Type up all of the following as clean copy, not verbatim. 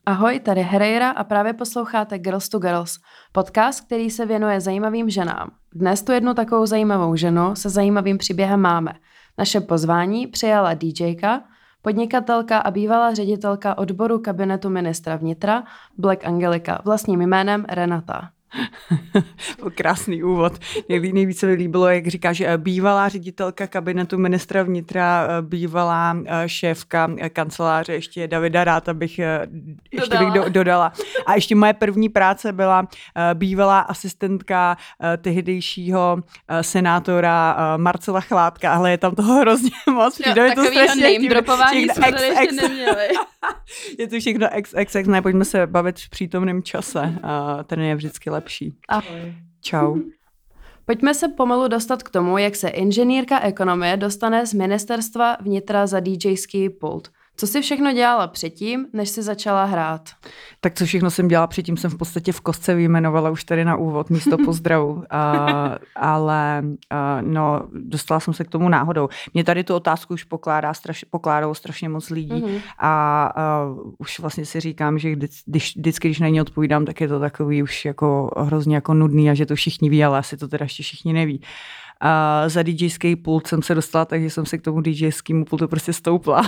Ahoj, tady Herejra a právě posloucháte Girls to Girls, podcast, který se věnuje zajímavým ženám. Dnes tu jednu takovou zajímavou ženu se zajímavým příběhem máme. Naše pozvání přijala DJka, podnikatelka a bývalá ředitelka odboru kabinetu ministra vnitra Black Angelika, vlastním jménem Renata. Krásný úvod. Nejvíce mi líbilo, jak říká, že bývalá ředitelka kabinetu ministra vnitra, bývalá šéfka kanceláře, ještě Davida Ratha bych dodala. A ještě moje první práce byla bývalá asistentka tehdejšího senátora Marcela Chládka, ale je tam toho hrozně moc. Takovýho name dropování jsme tady ještě neměli. Je to všechno ex, ne, pojďme se bavit v přítomném čase. Ten je vždycky lepší. Ahoj. Čau. Pojďme se pomalu dostat k tomu, jak se inženýrka ekonomie dostane z ministerstva vnitra za DJský pult. Co jsi všechno dělala předtím, než jsi začala hrát? Tak co všechno jsem dělala předtím, jsem v podstatě v kostce vyjmenovala už tady na úvod místo pozdravu. Ale dostala jsem se k tomu náhodou. Mě tady tu otázku už pokládalo strašně moc lidí a už vlastně si říkám, že vždycky, když na ně odpovídám, tak je to takový už jako hrozně jako nudný a že to všichni ví, ale asi to teda ještě všichni neví. Za DJský pult jsem se dostala, takže jsem se k tomu DJskému pultu prostě stoupla.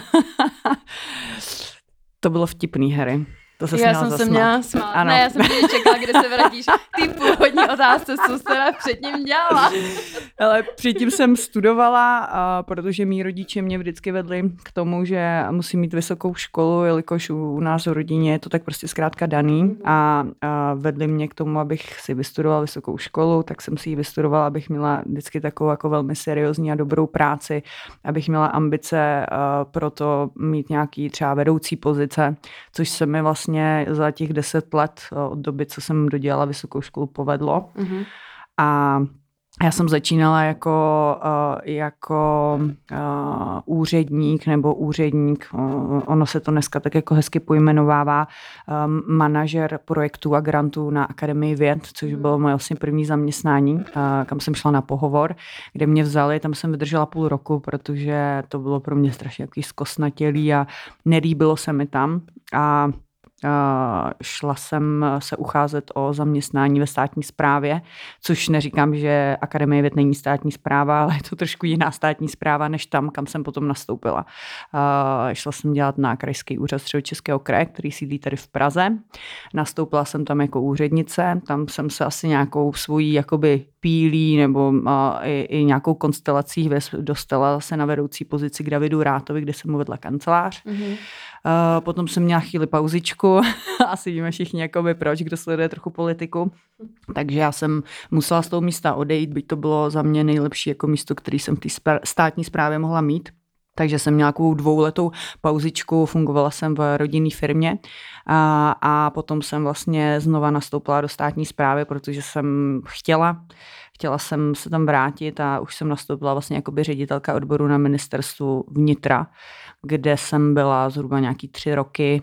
To bylo vtipný, Harry. To se já jsem se měla smát. Ne, já jsem tě čekala, kdy se vrátíš ty původní otázce, co jsi teda předtím dělala. Ale předtím jsem studovala, protože mý rodiče mě vždycky vedli k tomu, že musím mít vysokou školu, jelikož u nás v rodině je to tak prostě zkrátka daný a vedli mě k tomu, abych si vystudovala vysokou školu, tak jsem si ji vystudovala, abych měla vždycky takovou jako velmi seriózní a dobrou práci, abych měla ambice pro to mít nějaký třeba vedoucí pozice, což se mi vlastně za těch 10 let od doby, co jsem dodělala vysokou školu, povedlo. A já jsem začínala jako úředník nebo úředník, ono se to dneska tak jako hezky pojmenovává, manažer projektů a grantů na Akademii věd, což bylo moje vlastně první zaměstnání, kam jsem šla na pohovor, kde mě vzali, tam jsem vydržela půl roku, protože to bylo pro mě strašně jaký zkostnatělý a nelíbilo se mi tam a šla jsem se ucházet o zaměstnání ve státní správě, což neříkám, že Akademie věd není státní správa, ale je to trošku jiná státní správa, než tam, kam jsem potom nastoupila. Šla jsem dělat na Krajský úřad Středočeského kraje, který sídlí tady v Praze. Nastoupila jsem tam jako úřednice, tam jsem se asi nějakou svojí jakoby pílí nebo i nějakou konstelací dostala se na vedoucí pozici k Davidu Rathovi, kde jsem mu vedla kancelář. Potom jsem měla chvíli pauzičku, asi víme všichni jakoby proč, kdo sleduje trochu politiku. Takže já jsem musela z toho místa odejít, byť to bylo za mě nejlepší jako místo, který jsem v té státní správě mohla mít. Takže jsem měla takovou 2letou pauzičku, fungovala jsem v rodinné firmě a potom jsem vlastně znova nastoupila do státní správy, protože jsem chtěla jsem se tam vrátit a už jsem nastoupila vlastně jakoby ředitelka odboru na ministerstvu vnitra, kde jsem byla zhruba nějaký 3 roky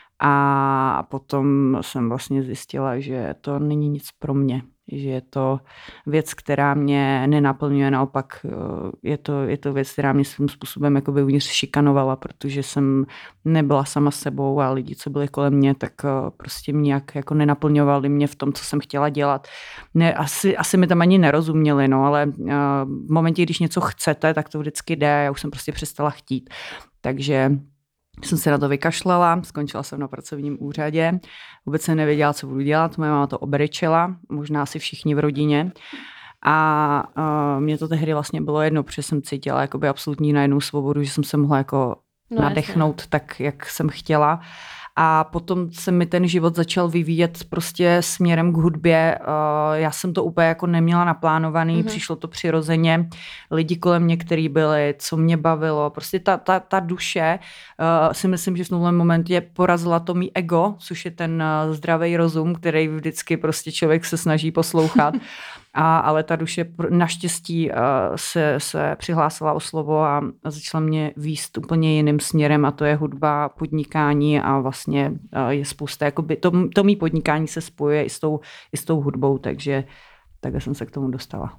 a potom jsem vlastně zjistila, že to není nic pro mě, že je to věc, která mě nenaplňuje, naopak je to věc, která mě svým způsobem jakoby uvnitř šikanovala, protože jsem nebyla sama sebou a lidi, co byli kolem mě, tak prostě mě nějak jako nenaplňovali mě v tom, co jsem chtěla dělat. Ne, asi mi tam ani nerozuměli, no, ale v momentě, když něco chcete, tak to vždycky jde, já už jsem prostě přestala chtít. Takže jsem se na to vykašlala, skončila jsem na pracovním úřadě, vůbec jsem nevěděla, co budu dělat, moje máma to obrečela, možná asi všichni v rodině. A mě to tehdy vlastně bylo jedno, protože jsem cítila jakoby absolutní najednou svobodu, že jsem se mohla jako nadechnout tak, jak jsem chtěla. A potom se mi ten život začal vyvíjet prostě směrem k hudbě. Já jsem to úplně jako neměla naplánovaný, přišlo to přirozeně. Lidi kolem mě, kteří byli, co mě bavilo. Prostě ta duše si myslím, že v tomhle momentě porazila to mý ego, což je ten zdravý rozum, který vždycky prostě člověk se snaží poslouchat. Ale ta duše naštěstí se přihlásila o slovo a začala mě vést úplně jiným směrem a to je hudba, podnikání a vlastně je spousta, jakoby to mý podnikání se spojuje i s tou hudbou, takže takhle jsem se k tomu dostala.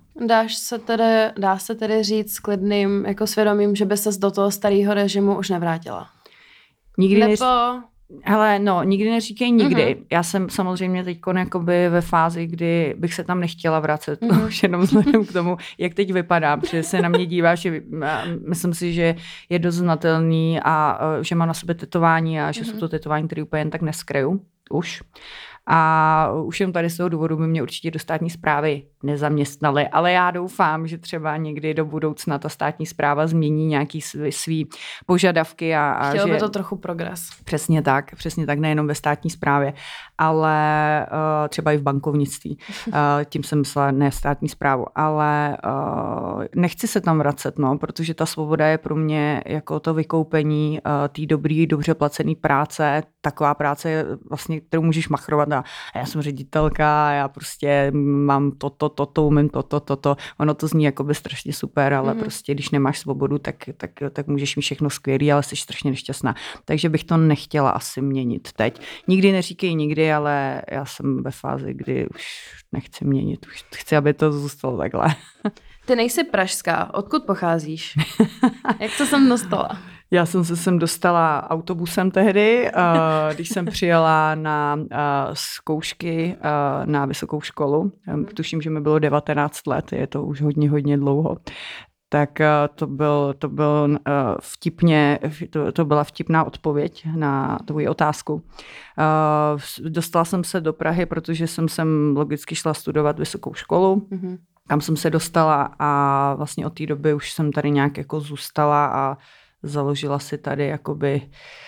Dá se tedy říct s klidným jako svědomím, že by ses do toho starého režimu už nevrátila? Nikdy nebo Hele, no, nikdy neříkej nikdy. Já jsem samozřejmě teď jakoby ve fázi, kdy bych se tam nechtěla vracet, už jenom vzhledem k tomu, jak teď vypadám, protože se na mě díváš, že myslím si, že je dost znatelný a že má na sobě tetování a že jsou to tetování, které úplně jen tak neskryju už. A už jen tady z toho důvodu by mě určitě do státní správy nezaměstnali, ale já doufám, že třeba někdy do budoucna ta státní správa změní nějaký svý požadavky a chtělo že... by to trochu progres. Přesně tak, nejenom ve státní správě, ale třeba i v bankovnictví. Tím jsem myslela ne státní správu, ale nechci se tam vracet, no, protože ta svoboda je pro mě jako to vykoupení té dobrý, dobře placený práce, taková práce vlastně, kterou můžeš machrovat a já jsem ředitelka, já prostě mám toto, umím toto. Ono to zní jako by strašně super, ale prostě když nemáš svobodu, tak můžeš mít všechno skvělý, ale jsi strašně nešťastná. Takže bych to nechtěla asi měnit teď. Nikdy neříkej nikdy, ale já jsem ve fázi, kdy už nechci měnit. Už chci, aby to zůstalo takhle. Ty nejsi pražská. Odkud pocházíš? Jak to sem dostala? Já jsem se sem dostala autobusem tehdy, když jsem přijela na zkoušky na vysokou školu. Tuším, že mi bylo 19 let, je to už hodně dlouho. Tak to byla vtipná odpověď na tvoji otázku. Dostala jsem se do Prahy, protože jsem sem logicky šla studovat vysokou školu. Tam jsem se dostala a vlastně od té doby už jsem tady nějak jako zůstala a založila si tady jakoby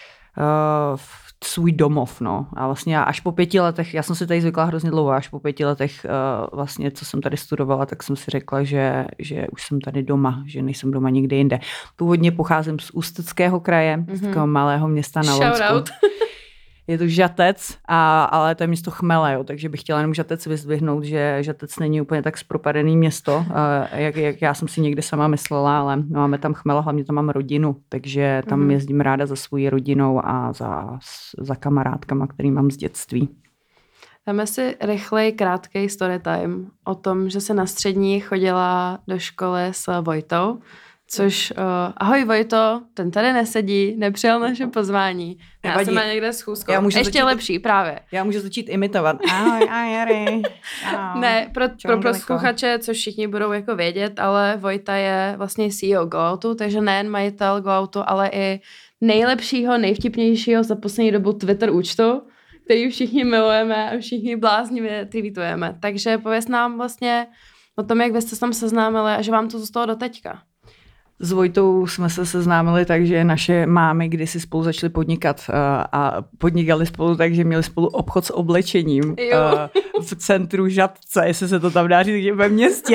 svůj domov, no. A vlastně až po 5 letech, já jsem si tady zvykla hrozně dlouho, až po 5 letech vlastně, co jsem tady studovala, tak jsem si řekla, že už jsem tady doma, že nejsem doma nikde jinde. Původně pocházím z Ústeckého kraje, z takového malého města na Lonsku. Shoutout. Je to Žatec, ale to je město Chmele, jo, takže bych chtěla jenom Žatec vyzdvihnout, že Žatec není úplně tak zpropadený město, jak já jsem si někde sama myslela, ale máme tam Chmele, hlavně tam mám rodinu, takže tam jezdím ráda za svojí rodinou a za kamarádkama, který mám z dětství. Dáme si rychlej, krátkej story time o tom, že se na střední chodila do školy s Vojtou, což, ahoj Vojto, ten tady nesedí, nepřijal naše pozvání. Já jsem má někde schůzkou. Ještě lepší právě. Já můžu začít imitovat. Ahoj, Jary. Ne, pro posluchače, což všichni budou jako vědět, ale Vojta je vlastně CEO GoOutu, takže nejen majitel GoOutu, ale i nejlepšího, nejvtipnějšího za poslední dobu Twitter účtu, který všichni milujeme a všichni bláznivě tweetujeme. Takže pověz nám vlastně o tom, jak vy jste se tam seznámili a že vám to zůstalo do teďka. S Vojtou jsme se seznámili tak, že naše mámy kdysi spolu začaly podnikat a podnikali spolu tak, že měli spolu obchod s oblečením v centru Žatce, jestli se to tam dá říct, ve městě.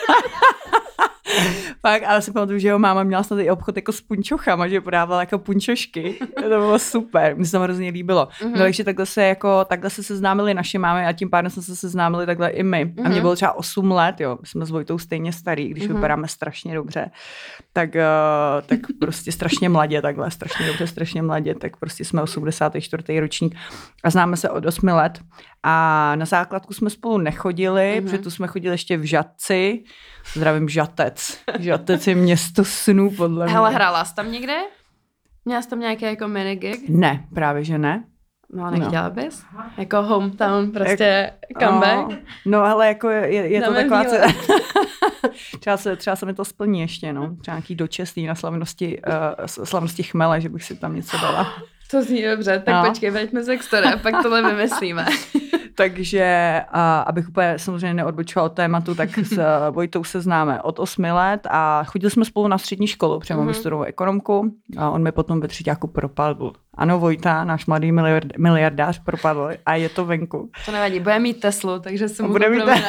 Pak, ale si pamatuju, že jeho máma měla snad i obchod jako s punčochama, že podávala jako punčošky. To bylo super, mně se to hrozně líbilo. No, takže takhle se seznámili naše mámy a tím pádem jsme se seznámili takhle i my. A mě bylo třeba 8 let, jo. My jsme s Vojtou stejně starý, když vypadáme strašně dobře. Tak prostě strašně mladě takhle, strašně dobře, strašně mladě, tak prostě jsme 84. ročník a známe se od 8 let. A na základku jsme spolu nechodili, protože tu jsme chodili ještě v Žatci. Zdravím Žatec. Žatec je město snů, podle mě. Hele, hrála jsi tam někde? Měla jsi tam nějaký jako minigig? Ne, právě že ne. No, nechtěla bys? Jako hometown, prostě comeback? No, ale jako je to taková... třeba se mi to splní ještě, no. Třeba nějaký dočestný na slavnosti Chmele, že bych si tam něco dala. To zní dobře, tak počkej, vraťme se k story a pak tohle vymyslíme. Takže, abych úplně samozřejmě neodbočovala od tématu, tak s Vojtou se známe od 8 let a chodili jsme spolu na střední školu, protože mám vystudoval ekonomku a on mi potom ve třetíku propadl. Ano, Vojta, náš mladý miliardář propadl a je to venku. To nevadí, bude mít Teslu, takže se mu to promene.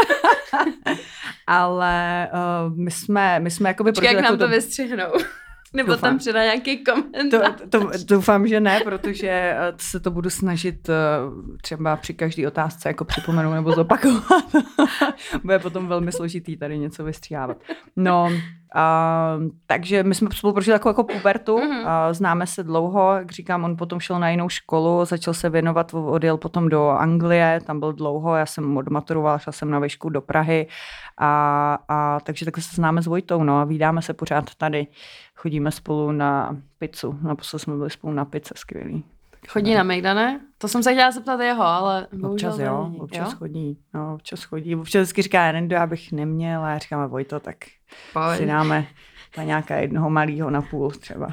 Ale my jsme jakoby... Počkej, jak nám to vystřihnou. Nebo doufám. Tam přidá nějaký komentář. Doufám, že ne, protože se to budu snažit třeba při každé otázce jako připomenout nebo zopakovat. Bude potom velmi složitý tady něco vystříhávat. No, takže my jsme spolu prožili jako pubertu, známe se dlouho, jak říkám, on potom šel na jinou školu, začal se věnovat, odjel potom do Anglie, tam byl dlouho, já jsem odmaturovala, šla jsem na výšku do Prahy a takže takhle se známe s Vojtou, no a vídáme se pořád tady, chodíme spolu na pizzu, naposled jsme byli spolu na pizze, skvělý. Chodí na mejdane? To jsem se chtěla zeptat jeho, ale bohužel občas jo, není. občas chodí. No, občas chodí. Občas vždycky říká, já bych neměl, a já říkám, Vojto, tak si dáme nějaká jednoho malýho na půl třeba.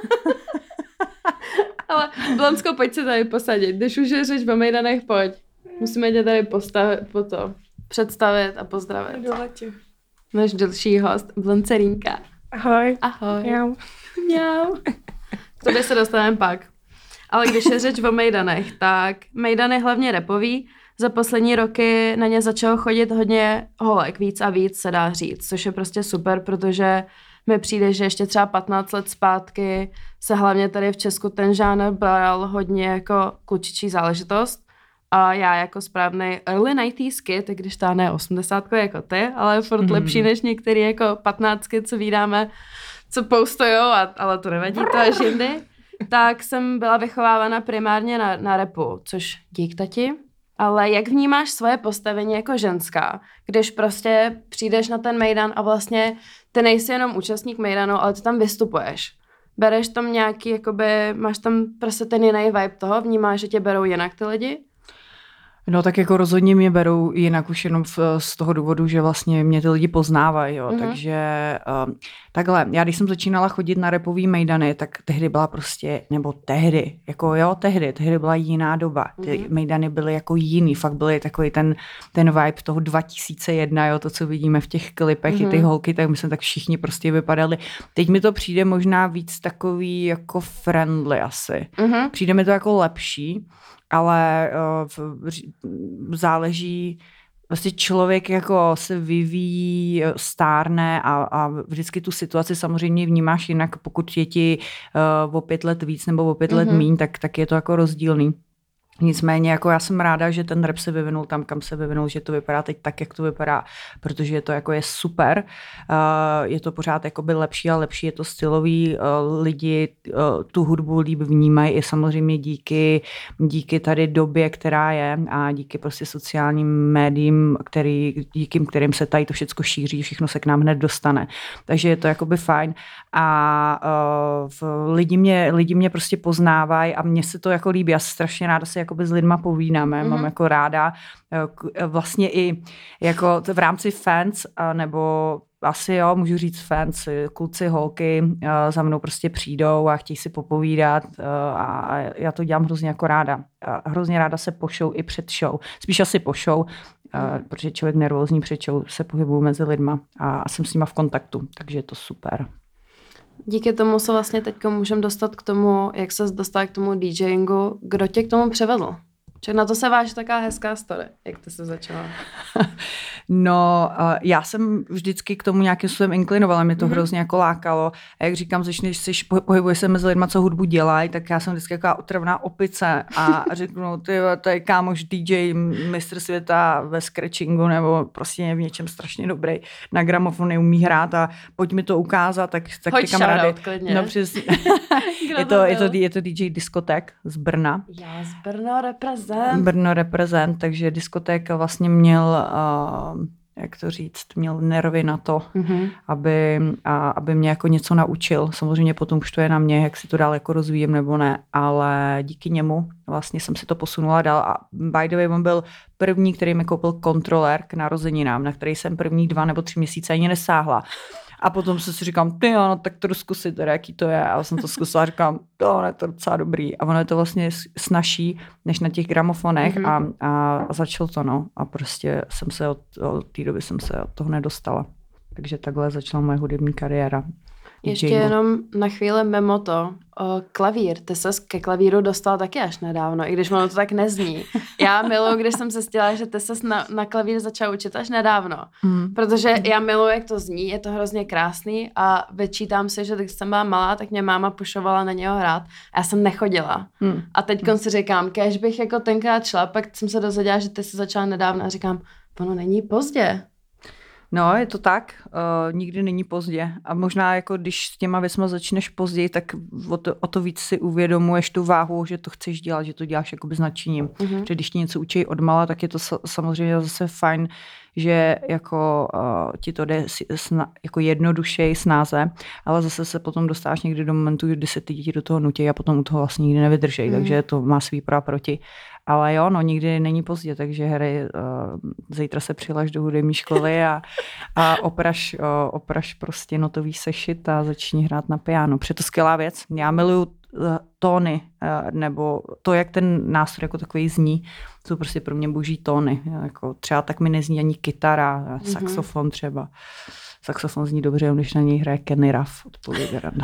Ale Blansko, pojď se tady posadit. Když už je řeč o mejdanech, pojď. Musíme tě tady představit a pozdravit. Náš další host, Blancerínka. Ahoj. Ahoj. Mňau. Mňau. K tobě se dostaneme pak. Ale když je řeč o mejdanech, tak mejdany hlavně rapový. Za poslední roky na ně začalo chodit hodně holek, víc a víc se dá říct, což je prostě super, protože mi přijde, že ještě třeba 15 let zpátky se hlavně tady v Česku ten žánr bral hodně jako klučičí záležitost. A já jako správný early 90s kid, i když ta ne 80 jako ty, ale furt lepší než některý jako 15, co vídáme, co poustujou, ale to nevadí, to až jindy. Tak jsem byla vychovávána primárně na rapu, což dík tati. Ale jak vnímáš svoje postavení jako ženská, když prostě přijdeš na ten mejdan a vlastně ty nejsi jenom účastník mejdanu, ale ty tam vystupuješ. Bereš tam nějaký, jakoby, máš tam prostě ten jiný vibe toho, vnímáš, že tě berou jinak ty lidi? No tak jako rozhodně mě berou jinak už jenom z toho důvodu, že vlastně mě ty lidi poznávají, jo. Takže takhle, já když jsem začínala chodit na rapový mejdany, tak tehdy byla prostě, nebo tehdy, jako jo, tehdy byla jiná doba. Ty mejdany byly jako jiný, fakt byly takový ten vibe toho 2001, jo, to, co vidíme v těch klipech, i ty holky, tak my jsme tak všichni prostě vypadali. Teď mi to přijde možná víc takový jako friendly asi. Přijde mi to jako lepší, ale záleží, vlastně člověk jako se vyvíjí, stárne a vždycky tu situaci samozřejmě vnímáš jinak, pokud je ti o 5 let víc nebo o 5 let míň, tak je to jako rozdílný. Nicméně jako já jsem ráda, že ten rap se vyvinul tam, kam se vyvinul, že to vypadá teď tak, jak to vypadá, protože to jako je super. Je to pořád jakoby lepší a lepší, je to stylový, lidi tu hudbu líp vnímají i samozřejmě díky tady době, která je a díky prostě sociálním médiím, díky kterým se tady to všechno šíří, všechno se k nám hned dostane. Takže je to jakoby fajn a lidi mě prostě poznávají a mně se to jako líbí. Já strašně ráda se jakoby s lidma povídáme, mám jako ráda vlastně i jako v rámci fans, nebo asi jo, můžu říct fans, kluci, holky za mnou prostě přijdou a chtějí si popovídat a já to dělám hrozně jako ráda. Hrozně ráda se po show i před show, spíš asi po show, protože člověk nervózní před show se pohybuju mezi lidma a jsem s nima v kontaktu, takže je to super. Díky tomu se vlastně teď můžeme dostat k tomu, jak se dostal k tomu DJingu. Kdo tě k tomu přivedl? Čak na to se váže taková hezká story, jak to se začalo. No, já jsem vždycky k tomu nějakým způsobem inklinovala, mě to hrozně jako lákalo. A jak říkám, pohybuješ se mezi lidma, co hudbu dělají, tak já jsem vždycky taková otravná opice a řeknu, ty to je kámoš DJ, mistr světa ve scratchingu nebo prostě v něčem strašně dobrý, na gramofon umí hrát a pojď mi to ukázat, tak ty kamarády. No přesně. je to DJ Diskotek z Brna. Já z Brno reprezent, takže Diskotek vlastně měl, jak to říct, měl nervy na to, aby mě jako něco naučil. Samozřejmě potom už to je na mě, jak si to dál jako rozvíjem nebo ne, ale díky němu vlastně jsem si to posunula dál a by the way, on byl první, který mi koupil kontroler k narozeninám, na který jsem první 2 nebo 3 měsíce ani nesáhla. A potom si říkám, no tak to zkusit, teda, jaký to je. A jsem to zkusila a říkám, je to docela dobrý. A ono je to vlastně snažší, než na těch gramofonech a začalo to, no. A prostě jsem se od té doby jsem se od toho nedostala. Takže takhle začala moje hudební kariéra. Ještě jenom na chvíli mimo to, klavír, ty ses ke klavíru dostala taky až nedávno, i když ono to tak nezní. Já miluji, když jsem zjistila, že ty ses na klavír začala učit až nedávno, protože já miluji, jak to zní, je to hrozně krásný a vyčítám si, že když jsem byla malá, tak mě máma pušovala na něho hrát a já jsem nechodila. A teď si říkám, kéž bych jako tenkrát šla, pak jsem se dozvěděla, že ty se začala nedávno a říkám, ono není pozdě. No, je to tak, nikdy není pozdě. A možná jako když s těma věcma začneš později, tak o to víc si uvědomuješ tu váhu, že to chceš dělat, že to děláš jakoby s nadšením. Že když ti něco učí odmala, tak je to samozřejmě zase fajn, že jako ti to jde jako jednodušeji, snáze, ale zase se potom dostáváš někdy do momentu, kdy se ty děti do toho nutí a potom u toho vlastně nikdy nevydržej, takže to má svý pro a proti. Ale jo, no nikdy není pozdě, takže Harry, zítra se přihlaš do hudební školy a opraš prostě notový sešit a začni hrát na piano. Protože to skvělá věc. Já miluju tóny, nebo to, jak ten nástroj jako takový zní, jsou prostě pro mě boží tóny. Jako třeba tak mi nezní ani kytara, saxofon třeba. Saxofon zní dobře, když na něj hraje Kenny Ruff od Polly Garanda.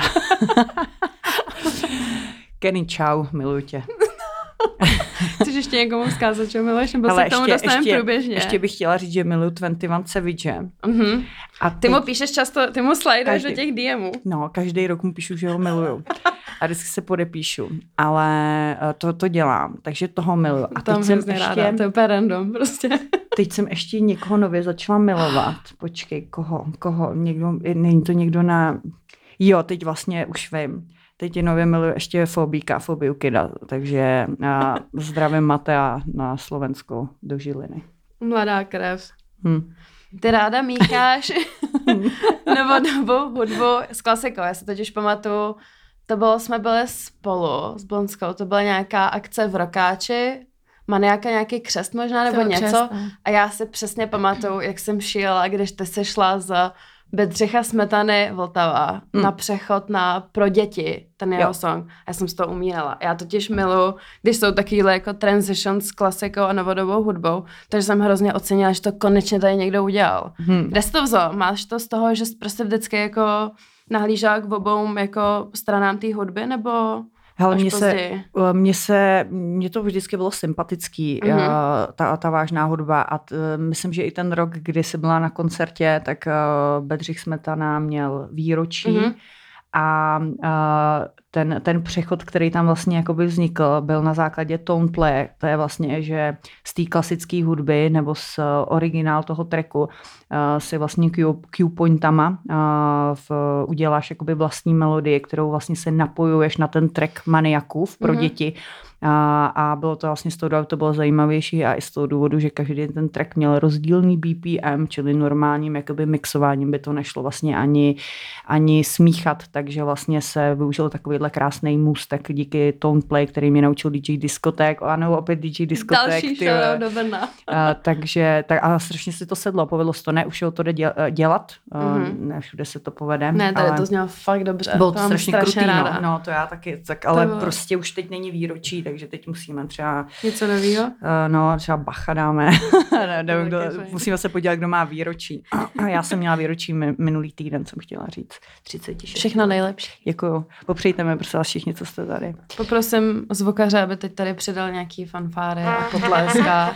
Kenny, čau, miluju tě. Chceš ještě někomu vzkázat, že miluješ, nebo se k tomu dostaneme průběžně? Ještě bych chtěla říct, že miluju 21 Savage. A ty mu píšeš často, ty mu sliduješ do těch DMů. No, každý rok mu píšu, že ho miluju. A vždycky se podepíšu. Ale to dělám, takže toho miluju. A teď jsem ještě... ráda, to je úplně random prostě. Teď jsem ještě někoho nově začala milovat. Počkej, koho? Není to někdo na... Jo, teď vlastně už vím. Teď je nově miluji ještě Fobiu Kida, takže zdravím Matea na Slovensku do Žiliny. Mladá krev. Ty ráda mícháš nebo hudbu s klasikou. Já si totiž pamatuju, jsme byli spolu s Blonskou, to byla nějaká akce v Rokáči, Maniáka nějaký křest možná nebo něco. A já si přesně pamatuju, jak jsem šílela, když ty se šla z Bedřicha Smetany Vltava na přechod pro děti, ten jeho song. Já jsem z toho umírala. Já totiž miluji, když jsou takovýhle jako transition s klasikou a novodobou hudbou, takže jsem hrozně ocenila, že to konečně tady někdo udělal. Kde jsi to vzal? Máš to z toho, že jsi prostě vždycky jako nahlížela k obou jako stranám té hudby, nebo... Hele, mně to vždycky bylo sympatický, ta vážná hudba a myslím, že i ten rok, kdy jsi byla na koncertě, tak Bedřich Smetana měl výročí a ten přechod, který tam vlastně jakoby vznikl, byl na základě tone play. To je vlastně, že z té klasické hudby nebo z originál toho tracku si vlastně cue pointama uděláš jakoby vlastní melodii, kterou vlastně se napojuješ na ten track Maniakův pro děti. A bylo to vlastně z toho důvodu, to bylo zajímavější a i z toho důvodu, že každý ten track měl rozdílný BPM, čili normálním jakoby mixováním by to nešlo vlastně ani smíchat, takže vlastně se využil takovýhle krásný můstek díky Tone Play, který mě naučil DJ Diskoték, ano, opět DJ Diskoték. Další shoutout do Brna. Takže a strašně si to sedlo, povedlo se to, ne, už to jde dělat, ne všude se to povede. Ne, tady to znělo fakt dobře. Bylo to strašně krutý, no, to já taky, tak, ale prostě už teď není výročí, takže teď musíme třeba... Něco novýho? No, třeba Bacha dáme. Musíme se podívat, kdo má výročí. Já jsem měla výročí minulý týden, jsem chtěla říct. 36. Všechno nejlepší. Děkuju. Popřejte mi, prosím vás všichni, co jste tady. Poprosím zvukaře, aby teď tady přidal nějaký fanfáry a potleská.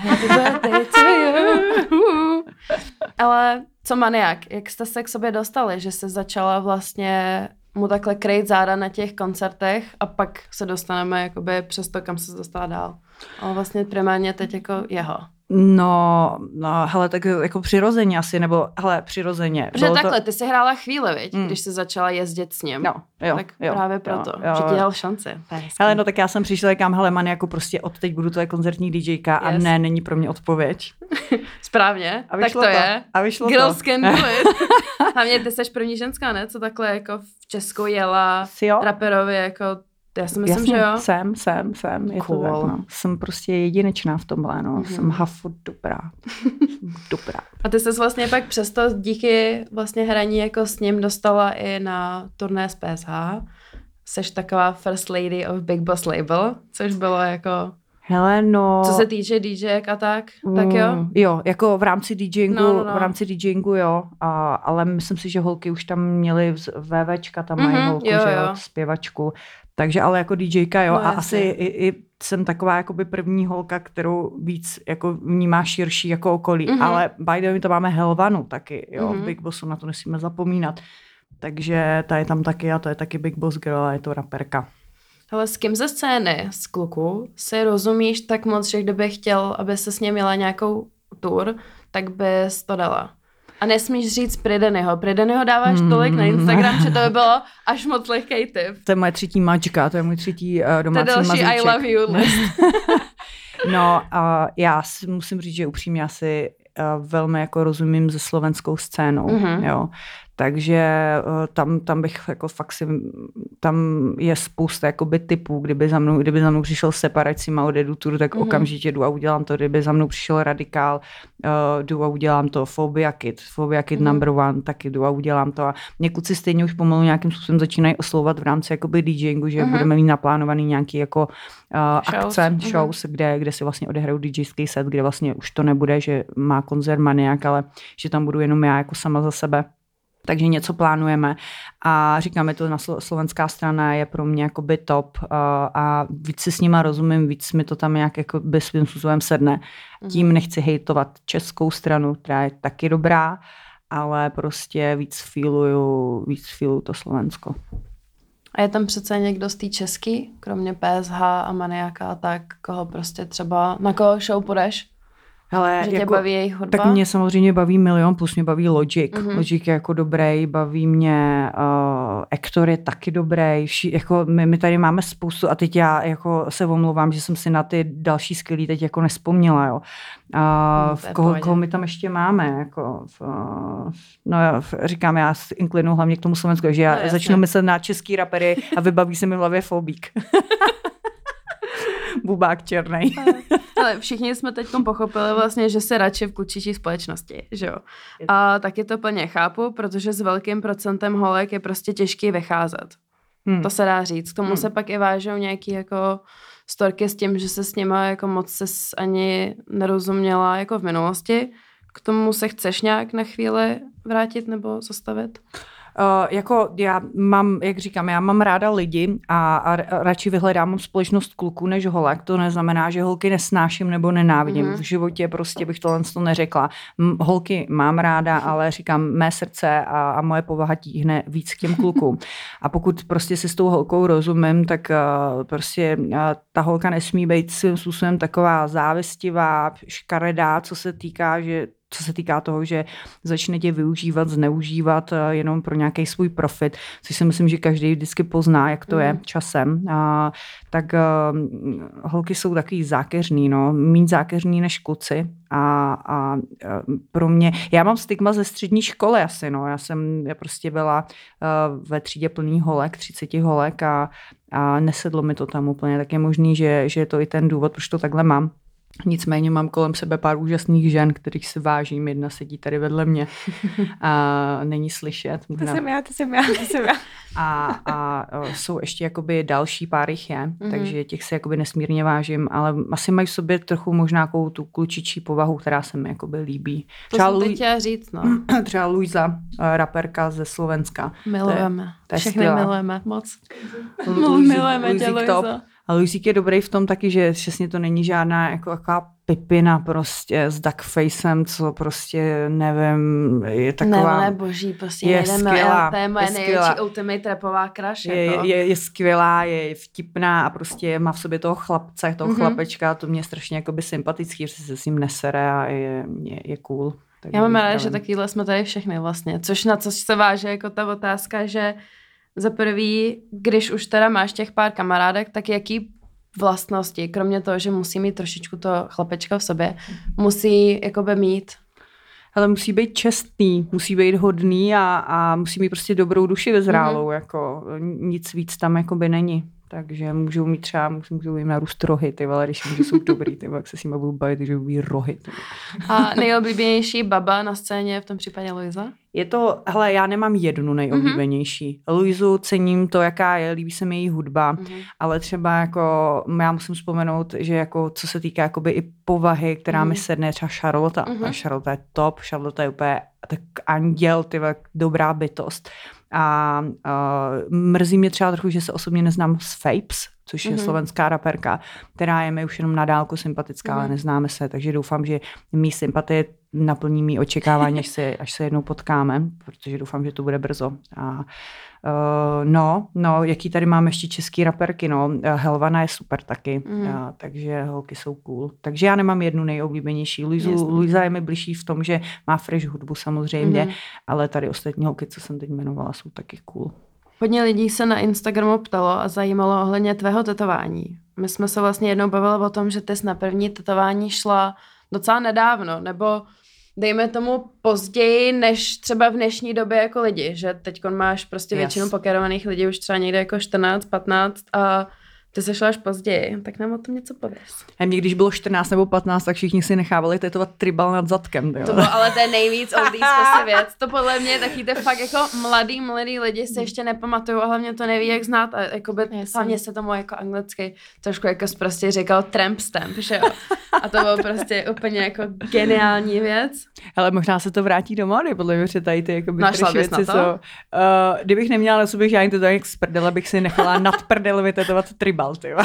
Ale co Maniak? Jak jste se k sobě dostali, že jste začala vlastně mu takhle krejt záda na těch koncertech a pak se dostaneme jakoby přes to, kam se dostala dál. Ale vlastně primárně teď jako jeho. No, hele, tak jako přirozeně asi, nebo hele, přirozeně. Protože takhle, ty jsi hrála chvíli, viď, když jsi začala jezdit s ním. Tak právě proto, že ti dal šanci. Hele, no tak já jsem přišla, říkám, hele, man, jako prostě od teď budu tvoje koncertní DJka a ne, není pro mě odpověď. Správně, tak to je. A vyšlo Girls to. Can do it. Hlavně ty jsi první ženská, ne? Co takhle jako v Česku jela raperovi jako... Já si myslím, že jo. Jsem. Je cool. To tak, no. Jsem prostě jedinečná v tomhle, no. Jsem hafo dobrá. A ty jsi vlastně pak přesto díky vlastně hraní jako s ním dostala i na turné z PSH. Seš taková first lady of Big Boss Label, což bylo jako... Hele, no... Co se týče DJek a tak jo? Jo, jako v rámci DJingu, jo. Ale myslím si, že holky už tam měly VVčka, tam mají holku, že jo, zpěvačku. Takže ale jako DJka, jo. No, a asi i jsem taková jakoby první holka, kterou víc jako vnímá širší jako okolí. Ale by the way, to máme Helvanu taky, jo. V Big Bossu na to nesmíme zapomínat. Takže ta je tam taky a to je taky Big Boss Girl a je to raperka. Ale s kým ze scény, z kluku, si rozumíš tak moc, že kdyby chtěl, aby se s ním měla nějakou tour, tak bys to dala? A nesmíš říct Pridanyho dáváš tolik na Instagram, že to by bylo až moc lehkej tip. To je moje třetí mačka, to je můj třetí domácí mazlíček. To je další I love you list. No, já si musím říct, že upřímně asi velmi jako rozumím se slovenskou scénou, jo. Takže tam bych jako fakt tam je spousta jakoby typů, kdyby za mnou přišel Separať si ma odjedu tur, tak okamžitě jdu a udělám to, kdyby za mnou přišel Radikál, jdu a udělám to, Phobia Kid number one, taky jdu a udělám to a mě kluci stejně už pomalu nějakým způsobem začínají oslovovat v rámci jakoby DJingu, že budeme mít naplánovaný nějaký jako akce, shows, kde si vlastně odehraju DJský set, kde vlastně už to nebude, že má koncert Maniak, ale že tam budu jenom já jako sama za sebe. Takže něco plánujeme a říkáme to, na slovenská strana je pro mě jakoby top a víc si s nima rozumím, víc mi to tam nějak jakoby svým způsobem sedne. Tím nechci hejtovat českou stranu, která je taky dobrá, ale prostě víc feeluju to Slovensko. A je tam přece někdo z té český, kromě PSH a Maniaka a tak, koho prostě třeba, na koho show půjdeš? Hele, že tě baví jejich hudba? Tak mě samozřejmě baví milion, plus mě baví Logic. Logic je jako dobrý, baví mě Ektor je taky dobrý. Jako my tady máme spoustu a teď já jako se omlouvám, že jsem si na ty další skvělý teď jako nespomněla. Jo. Koho my tam ještě máme? Jako říkám, já inklinu hlavně k tomu Slovensku, že já začnu myslet na český rapery a vybaví se mi v hlavě Fobík. Bubák černej. Ale všichni jsme teď pochopili vlastně, že se radši v klučičí společnosti, že jo. A taky to plně chápu, protože s velkým procentem holek je prostě těžký vycházet. To se dá říct. K tomu se pak i vážou nějaký jako storky s tím, že se s nima jako moc ses ani nerozuměla jako v minulosti. K tomu se chceš nějak na chvíli vrátit nebo zastavit? Jako já mám, jak říkám, já mám ráda lidi a radši vyhledám společnost kluků než holek. To neznamená, že holky nesnáším nebo nenávidím. V životě prostě bych tohle neřekla. Holky mám ráda, ale říkám, mé srdce a moje povaha tíhne víc k těm klukům. A pokud prostě si s tou holkou rozumím, tak prostě ta holka nesmí být svým způsobem taková závistivá, škaredá, co se týká toho, že začne tě využívat, zneužívat jenom pro nějaký svůj profit, což si myslím, že každý vždycky pozná, jak to je časem. Tak holky jsou takový zákeřný, méně zákeřný než kluci. A pro mě, já mám stigma ze střední školy asi, Já prostě byla ve třídě plný holek, 30 holek a nesedlo mi to tam úplně, tak je možný, že je to i ten důvod, proč to takhle mám. Nicméně mám kolem sebe pár úžasných žen, kterých si vážím. Jedna sedí tady vedle mě a není slyšet. To jsem já. A jsou ještě jakoby další pár jich je, takže těch si jakoby nesmírně vážím, ale asi mají v sobě trochu možná tu klučičí povahu, která se mi jakoby líbí. To jsem teď chtěla říct, Třeba Luisa, raperka ze Slovenska. Milujeme. Všechny milujeme moc. Milujeme tě, Luizo. A Luisík je dobrý v tom taky, že přesně to není žádná jako taková pipina prostě s duckfacem, co prostě nevím, je taková... Ne, boží, prostě je skvělá. To je moje největší ultimate rapová crush. Je skvělá, je vtipná a prostě má v sobě toho chlapce, toho chlapečka, to mě strašně jakoby sympatický, že se s ním nesere a je cool. Já mám ráda, že takovýhle jsme tady všechny vlastně, což na co se váže jako ta otázka, že za prvý, když už teda máš těch pár kamarádek, tak jaký vlastnosti, kromě toho, že musí mít trošičku to chlapečka v sobě, musí jakoby mít? Ale musí být čestný, musí být hodný a musí mít prostě dobrou duši vyzrálou, jako nic víc tam jakoby není. Takže můžou mít jim narůst rohy, ty vole, když jsou dobrý, ty vole, jak se s nimi budu bavit, že budou rohy. A nejoblíbenější baba na scéně v tom případě Luisa? Je to, hele, já nemám jednu nejoblíbenější. Luizu cením to, jaká je, líbí se mi její hudba, ale třeba jako, já musím vzpomenout, že jako, co se týká jakoby i povahy, která mi sedne, třeba Charlotte. A Charlotte je top, Charlotte je úplně tak anděl, ty vole, dobrá bytost. A mrzí mě třeba trochu, že se osobně neznám s Fapes, což je slovenská raperka, která je mi už jenom na dálku sympatická, ale neznáme se, takže doufám, že mý sympatie naplní mý očekávání, až se jednou potkáme, protože doufám, že to bude brzo. A jaký tady máme ještě český raperky, Helvana je super taky, takže holky jsou cool. Takže já nemám jednu nejoblíbenější. Luisa je mi bližší v tom, že má fresh hudbu samozřejmě, ale tady ostatní holky, co jsem teď jmenovala, jsou taky cool. Hodně lidí se na Instagramu ptalo a zajímalo ohledně tvého tetování. My jsme se vlastně jednou bavili o tom, že ty jsi na první tetování šla docela nedávno, nebo dejme tomu později, než třeba v dnešní době jako lidi, že teďkon máš prostě většinu pokerovaných lidí už třeba někde jako 14, 15 a ty se šla až později, tak nám o tom něco pověz. A mě, když bylo 14 nebo 15, tak všichni si nechávali tetovat tribal nad zadkem. To bylo ale to je nejvíc oldies prostě věc. To podle mě taky to fakt jako mladý lidi se ještě nepamatují a hlavně to neví, jak znát a jakoby, hlavně se tomu jako anglicky trošku jako prostě říkal tramp stamp, že jo. A to bylo prostě úplně jako geniální věc. Ale možná se to vrátí do módy, podle mě, že tady ty jakoby našla bys na to? Jsou. Kdybych neměla na sobě žádný tetování z prdele, bych si nechala nad prdel vytetovat tribal.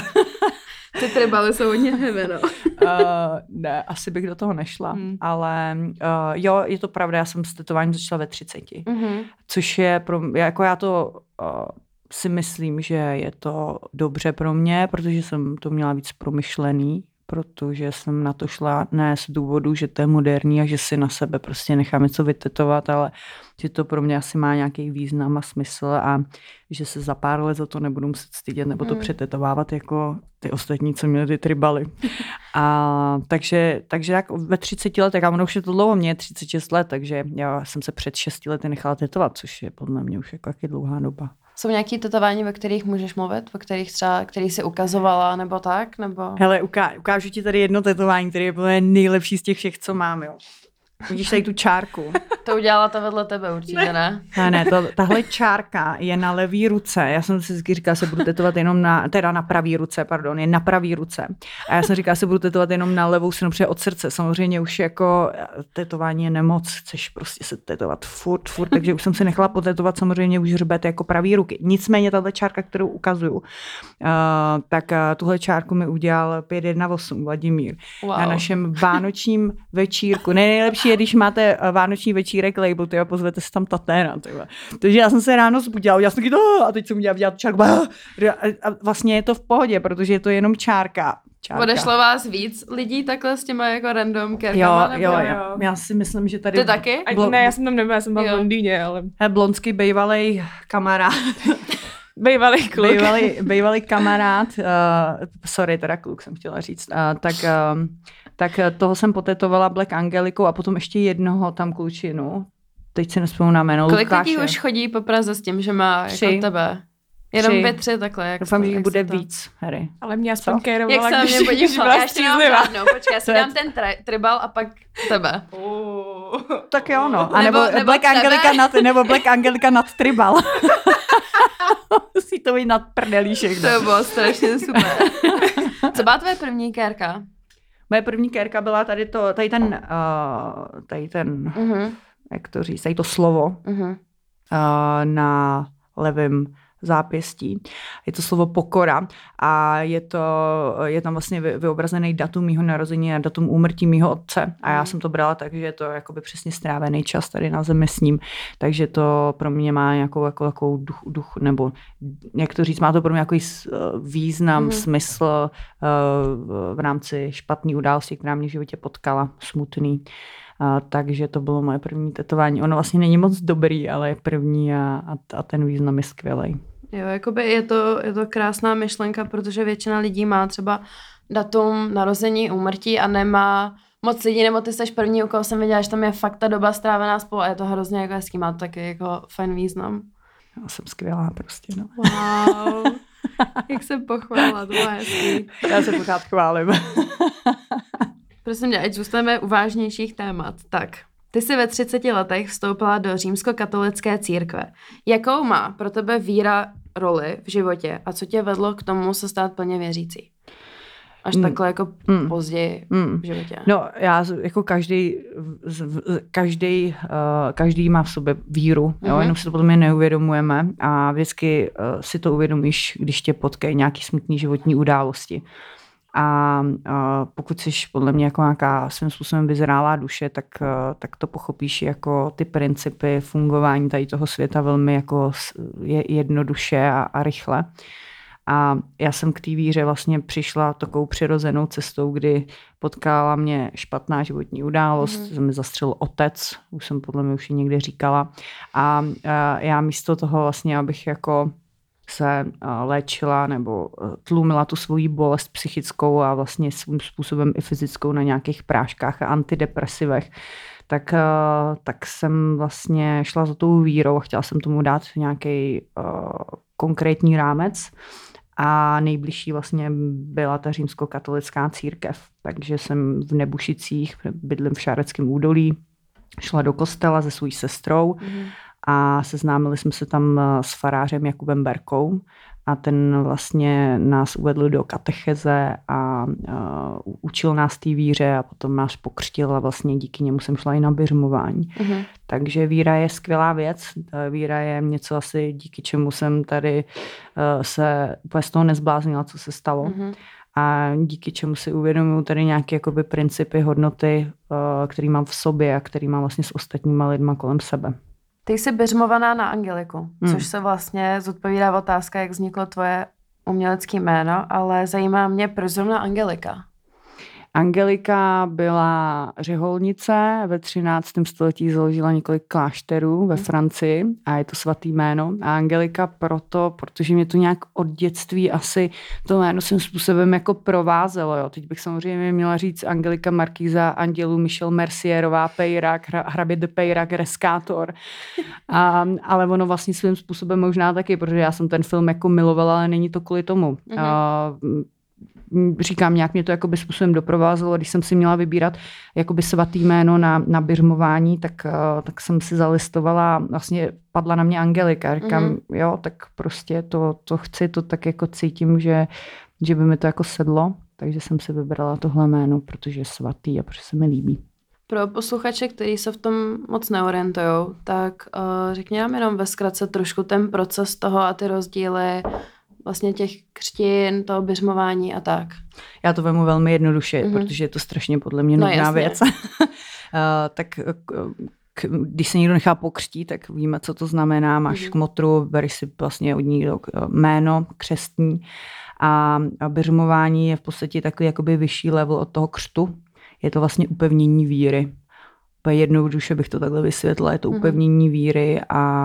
Ty tribaly jsou hodně heavy, no. Ne, asi bych do toho nešla, ale jo, je to pravda, já jsem s tetováním začala ve 30, což je jako já to si myslím, že je to dobře pro mě, protože jsem to měla víc promyšlený, protože jsem na to šla ne z důvodu, že to je moderní a že si na sebe prostě nechám něco vytetovat, ale že to pro mě asi má nějaký význam a smysl a že se za pár let za to nebudu muset stydět nebo to přetetovávat jako ty ostatní, co měli ty tribaly. Takže jak ve 30 letech, a ono už je to dlouho, mě je 36 let, takže já jsem se před 6 lety nechala tetovat, což je podle mě už jako taky dlouhá doba. Jsou nějaké tetování, ve kterých můžeš mluvit, ve kterých třeba, který jsi ukazovala, nebo tak? Nebo... Hele, ukážu ti tady jedno tetování, které je úplně nejlepší z těch všech, co mám, jo. Vidíš tady tu čárku? To udělala to vedle tebe určitě, ne? Ne, tahle čárka je na levý ruce. Já jsem si vždycky říkala, se budu tetovat jenom na pravý ruce, pardon, je na pravý ruce. A já jsem říkala, se budu tetovat jenom na levou stranu, protože od srdce. Samozřejmě už jako tetování je nemoc, chceš prostě se tetovat furt, takže už jsem si nechala potetovat samozřejmě už hřbet jako pravý ruky. Nicméně tahle čárka, kterou ukazuju, tak tuhle čárku mi udělal 518 Vladimír. Wow. Na našem vánočním večírku. Nejlepší je, když máte vánoční večírek label, tyjo, pozvete si tam Taténa. Takže já jsem se ráno zbudila, udělala jsem taky to, a teď jsem udělala čárku. A vlastně je to v pohodě, protože je to jenom čárka. Odešlo vás víc lidí takhle s těma jako random kérkama? Jo. Já si myslím, že tady... Ty taky? Ne, já jsem tam nebyla, já jsem byla v Londýně, ale... Blonský bejvalej kamarád. Bejvalej kluk. Bejvalej kamarád, sorry, teda kluk jsem chtěla říct, tak toho jsem potetovala Black Angelikou a potom ještě jednoho tam klučinu. Teď si nespomínám na jméno. Kolik lidí už chodí po Praze s tím, že má 3. jako tebe? Jenom 2-3 takhle. Doufám, že jich bude víc, Harry. Ale mě aspoň kérovala, jak se na mě podívala. Já ještě nemám žádnou. Počkej, já si dám ten tribal a pak tebe. Tak jo, no. A nebo Black Angelika nad tribal. Musí to být nad prdelíšek. To bylo strašně super. Co byla tvoje první kérka? Moje první kérka byla tady ten jak to říct, tady to slovo na levém zápěstí. Je to slovo pokora a je tam vlastně vyobrazený datum mýho narození a datum úmrtí mýho otce. A já jsem to brala tak, že je to jakoby přesně strávený čas tady na zemi s ním. Takže to pro mě má nějakou duch, nebo jak to říct, má to pro mě nějaký význam, smysl v rámci špatné události, která mě v životě potkala, smutný. Takže to bylo moje první tetování. Ono vlastně není moc dobrý, ale je první a ten význam je skvělej. Jo, jakoby je to krásná myšlenka, protože většina lidí má třeba datum narození, úmrtí a nemá moc lidí, nebo ty seš první, u koho jsem viděla, že tam je fakt ta doba strávená spolu a je to hrozně jako hezký, má to taky jako fajn význam. Já jsem skvělá prostě, no. Wow, jak jsem pochválila, to bylo hezký. Já se pořád chválím. Prosím tě, ať zůstaneme u vážnějších témat. Tak, ty jsi ve 30 letech vstoupila do římskokatolické církve. Jakou má pro tebe víra roli v životě a co tě vedlo k tomu se stát plně věřící? Až takhle jako později v životě. No, já jako každý má v sobě víru, jo? Jenom si to potom neuvědomujeme a vždycky si to uvědomíš, když tě potkají nějaký smutný životní události. A pokud jsi podle mě jako nějaká svým způsobem vyzrálá duše, tak to pochopíš jako ty principy fungování tady toho světa velmi jako jednoduše a rychle. A já jsem k té víře vlastně přišla takovou přirozenou cestou, kdy potkala mě špatná životní událost, mi zastřelil otec, už jsem podle mě už někde říkala. A já místo toho vlastně, abych jako se léčila nebo tlumila tu svoji bolest psychickou a vlastně svým způsobem i fyzickou na nějakých práškách a antidepresivech, tak jsem vlastně šla za tou vírou a chtěla jsem tomu dát nějaký konkrétní rámec. A nejbližší vlastně byla ta římskokatolická církev. Takže jsem v Nebušicích, bydlím v Šáreckém údolí, šla do kostela se svou sestrou a seznámili jsme se tam s farářem Jakubem Berkou a ten vlastně nás uvedl do katecheze a učil nás té víře a potom nás pokřtil a vlastně díky němu jsem šla i na běžmování. Takže víra je skvělá věc. Víra je něco asi díky čemu jsem tady se úplně z toho nezbláznila, co se stalo. A díky čemu si uvědomuji tady nějaké jakoby principy, hodnoty, které mám v sobě a které mám vlastně s ostatníma lidma kolem sebe. Ty jsi běžmovaná na Angeliku, což se vlastně zodpovídá otázka, jak vzniklo tvoje umělecké jméno, ale zajímá mě, proč zrovna Angelika? Angelika byla řeholnice, ve 13. století založila několik klášterů ve Francii a je to svatý jméno. A Angelika protože mě to nějak od dětství asi to jméno svým způsobem jako provázelo. Jo. Teď bych samozřejmě měla říct Angelika Markýza, Andělu Michel Mercierová, Peyrac, hrabě de Peyrac, Reskátor. Ale ono vlastně svým způsobem možná taky, protože já jsem ten film jako milovala, ale není to kvůli tomu. Říkám, nějak mě to jakoby způsobem doprovázelo, když jsem si měla vybírat jakoby svatý jméno na běžmování, tak jsem si zalistovala, vlastně padla na mě Angelika. Říkám, jo, tak prostě to chci, to tak jako cítím, že by mi to jako sedlo, takže jsem si vybrala tohle jméno, protože je svatý a protože se mi líbí. Pro posluchače, kteří se v tom moc neorientujou, tak řekni nám jenom ve zkratce trošku ten proces toho a ty rozdíly vlastně těch křtin, toho běžmování a tak. Já to vemu velmi jednoduše, protože je to strašně podle mě nudná věc. Tak když se někdo nechá pokřtít, tak víme, co to znamená. Máš kmotru, bereš si vlastně od ní jméno křestní a běžmování je v podstatě takový jakoby vyšší level od toho křtu. Je to vlastně upevnění víry. Jednoduše bych to takhle vysvětlila. Je to upevnění víry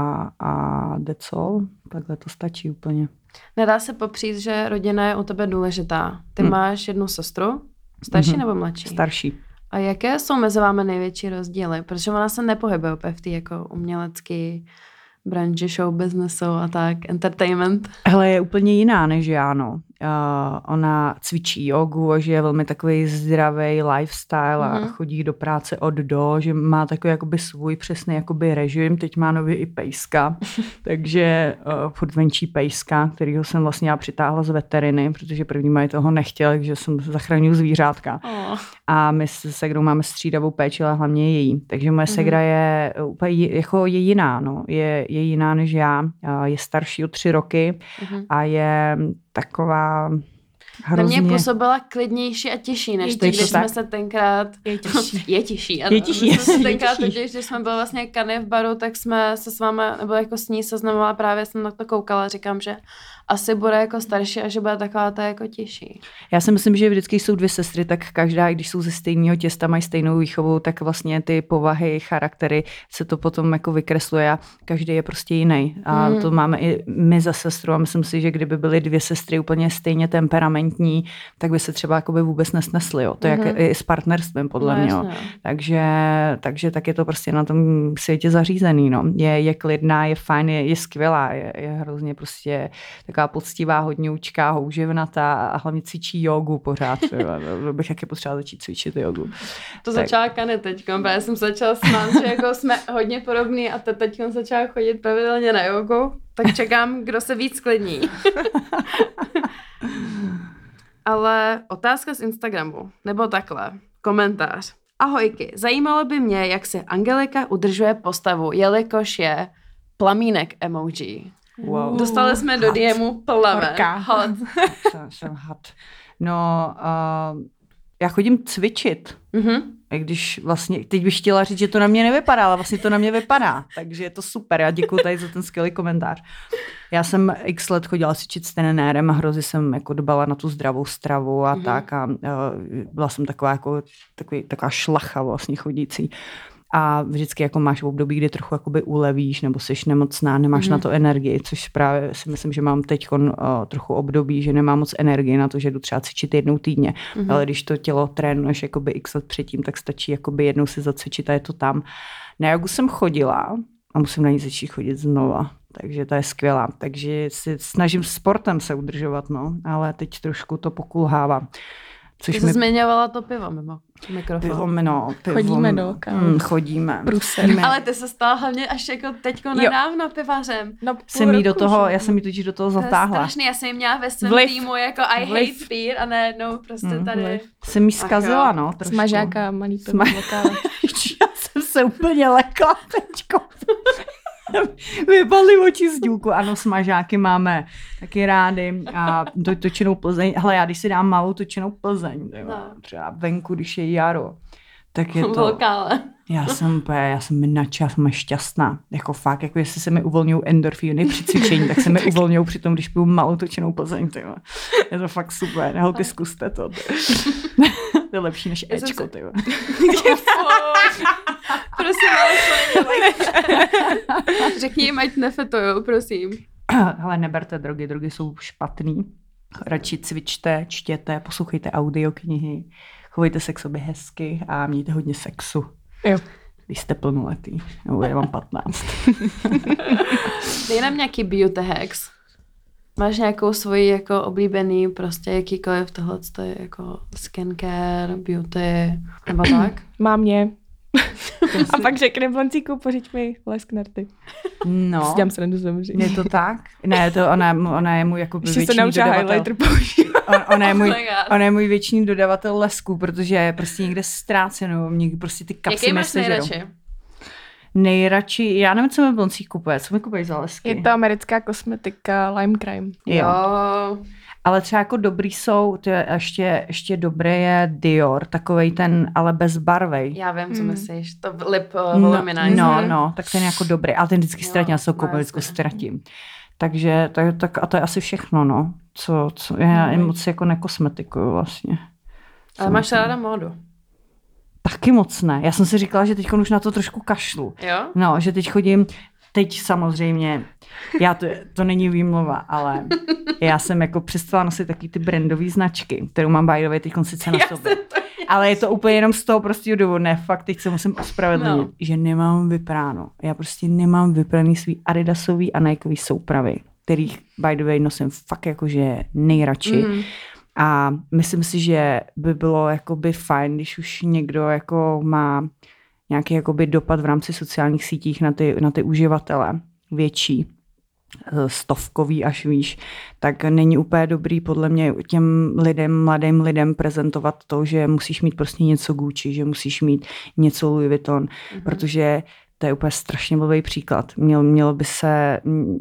a that's all. Takhle to stačí úplně. Nedá se popřít, že rodina je u tebe důležitá. Ty máš jednu sestru, starší nebo mladší? Starší. A jaké jsou mezi vámi největší rozdíly? Protože ona se nepohybuje úplně v té jako umělecký branži show businessu a tak, entertainment. Hele, je úplně jiná než já, no. Ona cvičí jogu a žije velmi takový zdravý lifestyle a chodí do práce od do, že má takový jakoby svůj přesný jakoby režim. Teď má nově i pejska, takže furt venčí pejska, kterýho jsem vlastně já přitáhla z veteriny, protože první majitel toho nechtěl, takže jsem zachraňuji zvířátka. A my se segrou máme střídavou péči, ale hlavně je její. Takže moje segra je úplně jako je jiná, no. Je jiná než já. Je starší o 3 roky a je taková hrozně... Na mě působila klidnější a těžší, než ty, když jsme se tenkrát... Je těžší. Je těžší. Je těžší. Tenkrát totiž, když jsme byli vlastně Kany v baru, tak jsme se s váma, nebo jako s ní seznamovala, právě jsem na to koukala, říkám, že asi bude jako starší a že bude taková ta jako těžší. Já si myslím, že vždycky jsou 2 sestry, tak každá, když jsou ze stejného těsta, mají stejnou výchovu, tak vlastně ty povahy, charaktery se to potom jako vykresluje a každý je prostě jiný. A to máme i my za sestru a myslím si, že kdyby byly 2 sestry úplně stejně temperamentní, tak by se třeba jakoby vůbec nesnesly. Jo. To je jak i s partnerstvem podle mě. Jo. Takže tak je to prostě na tom světě zařízený. No. Je klidná, je fajn, je skvělá, je hrozně prostě taková poctivá, hodňoučká, houževnatá a hlavně cvičí jogu pořád. Bych taky potřeba začít cvičit jogu. To začala Kany teďko, já jsem začala smát, že jako jsme hodně podobný a teďko začala chodit pravidelně na jogu, tak čekám, kdo se víc klidní. Ale otázka z Instagramu, nebo takhle, komentář. Ahojky, zajímalo by mě, jak se Angelika udržuje postavu, jelikož je plamínek emoji. Wow. Dostali jsme do DMu plamen. Hot. Jsem had. No, já chodím cvičit. I když vlastně, teď bych chtěla říct, že to na mě nevypadá, ale vlastně to na mě vypadá. Takže je to super. Já děkuji tady za ten skvělý komentář. Já jsem x let chodila cvičit s trenérem a hrozně jsem jako dbala na tu zdravou stravu a tak. A byla jsem taková šlacha vlastně chodící. A vždycky jako máš v období, kdy trochu jakoby ulevíš nebo jsi nemocná, nemáš na to energii, což právě si myslím, že mám teď trochu období, že nemám moc energii na to, že jdu třeba cvičit jednou týdně. Ale když to tělo trénuješ jakoby x let předtím, tak stačí jakoby jednou si zacvičit a je to tam. Na jogu jsem chodila a musím na ní začít chodit znova. Takže to je skvělá. Takže si snažím sportem se udržovat, no, ale teď trošku to pokulhává. Ty jsi zmiňovala to pivo mimo mikrofon. Pivo. Chodíme do kávu. Chodíme. Ale ty se stala hlavně až jako teďko nedávno pivařem. No, já jsem jí totiž do toho zatáhla. To je strašný, já jsem jí měla ve svém týmu jako I hate beer a najednou prostě tady. Jsem jí zkazila, no. Trošku. Smažáka, malý pivo. Já jsem se úplně lekla teďko. Vypadly oči z důlku. Ano, smažáky máme taky rádi a točenou Plzeň. Hele, já když si dám malou točenou Plzeň, třeba venku, když je jaro, tak je to... Lokále. Já jsem nadšená, jsem šťastná. Jako fakt, jako jestli se mi uvolňují endorfíny při cvičení, tak se mi uvolňují při tom, když piju malou točenou Plzeň. Tyjo. Je to fakt super. Holky, zkuste to. To je lepší než Ečko. Prosím, ale řekni jim, ať nefetujou, prosím. Hele, neberte drogy, drogy jsou špatný. Radši cvičte, čtěte, poslouchejte audioknihy, chovejte se k sobě hezky a mějte hodně sexu. Jo. Když jste plnoletý, nebo já mám 15. Dej nám nějaký beauty hacks. Máš nějakou svoji jako oblíbený, prostě jakýkoliv tohle, to je jako skincare, beauty, nebo tak? Mám mě. A pak řekne Blancíku, pořiď mi lesk na rty. No. Dělám se nedozdobří. Je to tak? Ne, to ona je můj jako věčný dodavatel. Ona je můj věčný dodavatel lesku, protože je prostě někde ztrácenou. Někdy prostě ty kapsy jaký máš nejradši? Nejradši, já nevím, co mi Blancík kupuje. Co mi kupuje za lesky? Je to americká kosmetika Lime Crime. Jo. Ale třeba jako dobrý jsou, to je ještě dobré je Dior, takovej ten, ale bezbarvej. Já vím, co myslíš, to lip voluminizer. No, tak ten je jako dobrý, ale ten vždycky ztratím, já se ho vždycky ztratím. Takže tak a to je asi všechno, no. Co já moc jako nekosmetikuju vlastně. Ale máš ráda módu? Taky moc ne. Já jsem si říkala, že teď už na to trošku kašlu. Jo? No, že teď chodím, teď samozřejmě, to není výmluva, ale já jsem jako přestala nosit taky ty brandové značky, kterou mám by the way teď sice na sobě. Ale je to úplně jenom z toho prostě důvodu. Ne, fakt teď se musím ospravedlnit, že nemám vypráno. Já prostě nemám vypraný svý Adidasový a Nikeový soupravy, kterých by the way nosím fakt jakože nejradši. A myslím si, že by bylo jakoby fajn, když už někdo jako má nějaký jakoby dopad v rámci sociálních sítích na ty uživatele větší, stovkový až výš, tak není úplně dobrý podle mě těm mladým lidem prezentovat to, že musíš mít prostě něco Gucci, že musíš mít něco Louis Vuitton, protože to je úplně strašně blbý příklad. Mělo by se...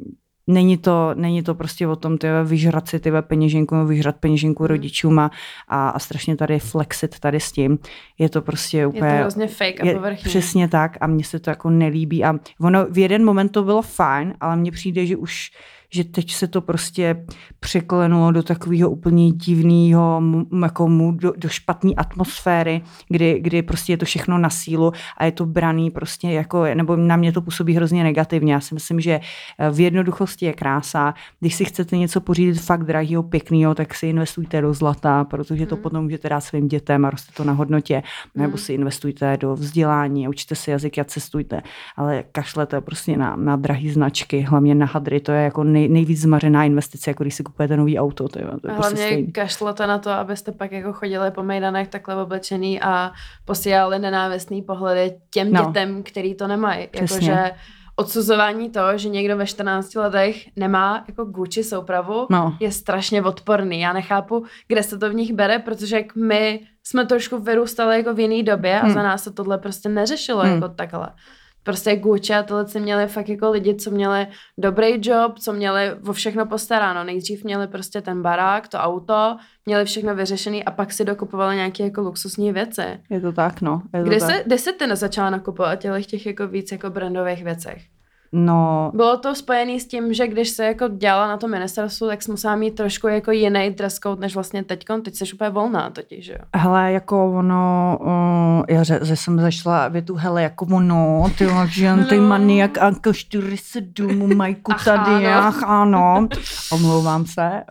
Není to prostě o tom vyžrat si peněženku, vyžrat peněženku rodičům a strašně tady flexit tady s tím. Je to prostě úplně... Je to hrozně fake a povrchní. Přesně tak a mně se to jako nelíbí a ono v jeden moment to bylo fajn, ale mně přijde, že teď se to prostě překlenulo do takového úplně divného jako do špatné atmosféry, kdy prostě je to všechno na sílu a je to braný prostě jako, nebo na mě to působí hrozně negativně. Já si myslím, že v jednoduchosti je krása. Když si chcete něco pořídit fakt drahýho, pěknýho, tak si investujte do zlata, protože to potom můžete dát svým dětem a roste to na hodnotě, nebo si investujte do vzdělání, učte si jazyky a cestujte, ale kašlete prostě na drahý značky, hlavně na hadry, to je jako nejvíc zmařená investice, jako když si kupujete nový auto. To je hlavně prostě kašlete na to, abyste pak jako chodili po mejdanech takhle oblečený a posílali nenávistný pohledy těm dětem, který to nemají. Jakože odsuzování toho, že někdo ve 14 letech nemá jako Gucci soupravu, je strašně odporný. Já nechápu, kde se to v nich bere, protože jak my jsme trošku vyrůstali jako v jiný době a za nás se tohle prostě neřešilo jako takhle. Prostě Gucci a tohle si měli fakt jako lidi, co měli dobrý job, co měli o všechno postaráno. Nejdřív měli prostě ten barák, to auto, měli všechno vyřešený a pak si dokupovali nějaké jako luxusní věci. Je to tak, no. Kdy jsi ty začala nakupovat těch jako víc jako brandových věcech? No. Bylo to spojené s tím, že když se jako dělala na tom ministerstvu, tak jsi musela mít trošku jako jiný dress code, než vlastně teďkon. Teď jsi úplně volná totiž, že jo? Hele, jako ono, já jsem začala větu, hele, jako ono, ty maniak Anka 47, majku tady, ano. Omlouvám se,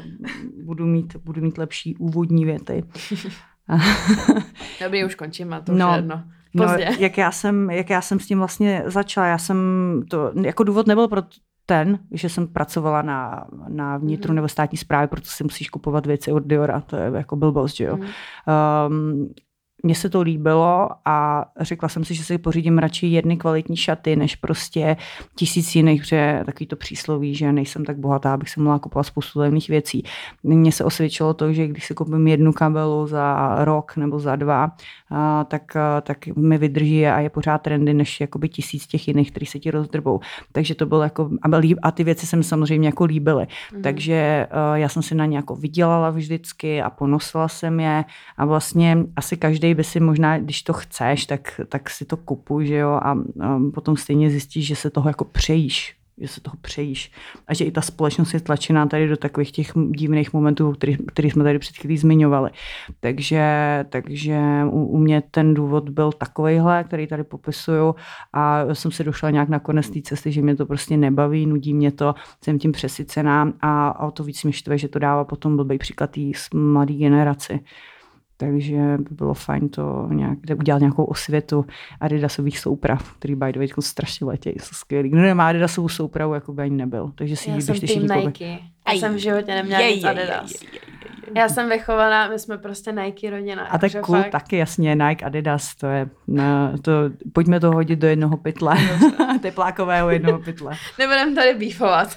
budu mít lepší úvodní věty. Dobrý, už končím, a to už je jedno. Pozdě. No, jak já jsem s tím vlastně začala, jako důvod nebyl pro že jsem pracovala na vnitru nebo státní správě, proto si musíš kupovat věci od Diora, to je jako blbost, že jo. Mně se to líbilo a řekla jsem si, že si pořídím radši jedny kvalitní šaty, než prostě 1000 jiných, protože takový to přísloví, že nejsem tak bohatá, abych si mohla kupovat spoustu levných věcí. Mně se osvědčilo to, že když si koupím jednu kabelu za rok nebo za 2, tak mi vydrží a je pořád trendy, než jakoby 1000 těch jiných, který se ti rozdrbou. Takže to bylo jako, a ty věci se mi samozřejmě jako líbily. Takže já jsem si na ně jako vydělala vždycky a ponosila jsem je a vlastně asi každý by si možná, když to chceš, tak si to kupuj, že jo, a potom stejně zjistíš, že se toho jako přejíš. A že i ta společnost je tlačená tady do takových těch divných momentů, který jsme tady před chvílí zmiňovali. Takže u mě ten důvod byl takovejhle, který tady popisuju a jsem se došla nějak na konec té cesty, že mě to prostě nebaví, nudí mě to, jsem tím přesycená a o to víc mě štve, že to dává potom blbý příklad té mladé generaci. Takže by bylo fajn to udělat nějakou osvětu Adidasových souprav, který by the way strašně letějí, jsou skvělý. Kdo nemá Adidasovou soupravu, jako by ani nebyl. Takže si já jsem tým Nike. Já jsem v životě neměla nic Adidas. Já jsem vychovaná, my jsme prostě Nike rodina. A tak cool, fakt. Taky jasně, Nike, Adidas, to je, pojďme to hodit do jednoho pytle. Teplákového jednoho pytle. Nebudeme tady bífovat.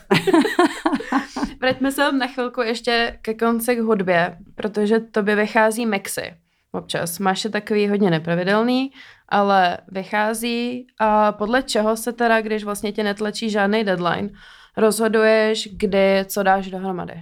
Vraťme se na chvilku ještě ke konci k hudbě, protože tobě vychází mixy občas. Máš je takový hodně nepravidelný, ale vychází a podle čeho se teda, když vlastně tě netlačí žádný deadline, rozhoduješ, kdy co dáš dohromady?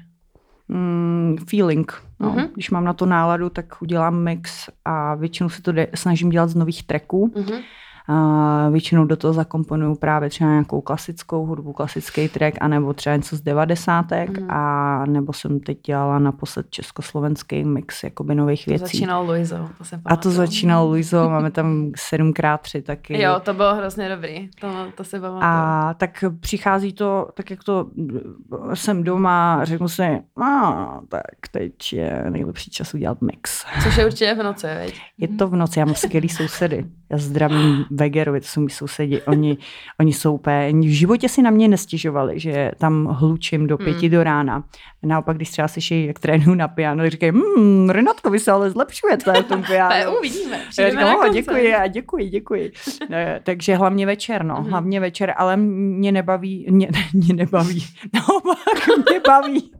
Feeling. No. Když mám na to náladu, tak udělám mix a většinou se to snažím dělat z nových tracků. A většinou do toho zakomponuju právě třeba nějakou klasickou hudbu, klasický track, anebo třeba něco z 90. A nebo jsem teď dělala naposled československý mix jakoby nových věcí. To začínal Luizou, to se pamatuju. A to začínal Luizou, máme tam 7x3 taky. Jo, to bylo hrozně dobrý, to se pamatuju. A tak přichází to, tak jak to jsem doma, řeknu si, tak teď je nejlepší čas udělat mix. Což je určitě v noci, veď? Je to v noci, já mám skvělý sousedy. Já zdravím Vegerovi, to jsou mý sousedi, oni jsou úplně, v životě si na mě nestěžovali, že tam hlučím do 5 do rána. Naopak, když třeba slyší, jak trénuju na piano, tak říkají, Renatko, vy se ale zlepšujete v tom piano. Uvidíme, děkuji. Takže hlavně večer, hlavně večer, ale mě nebaví, naopak mě baví.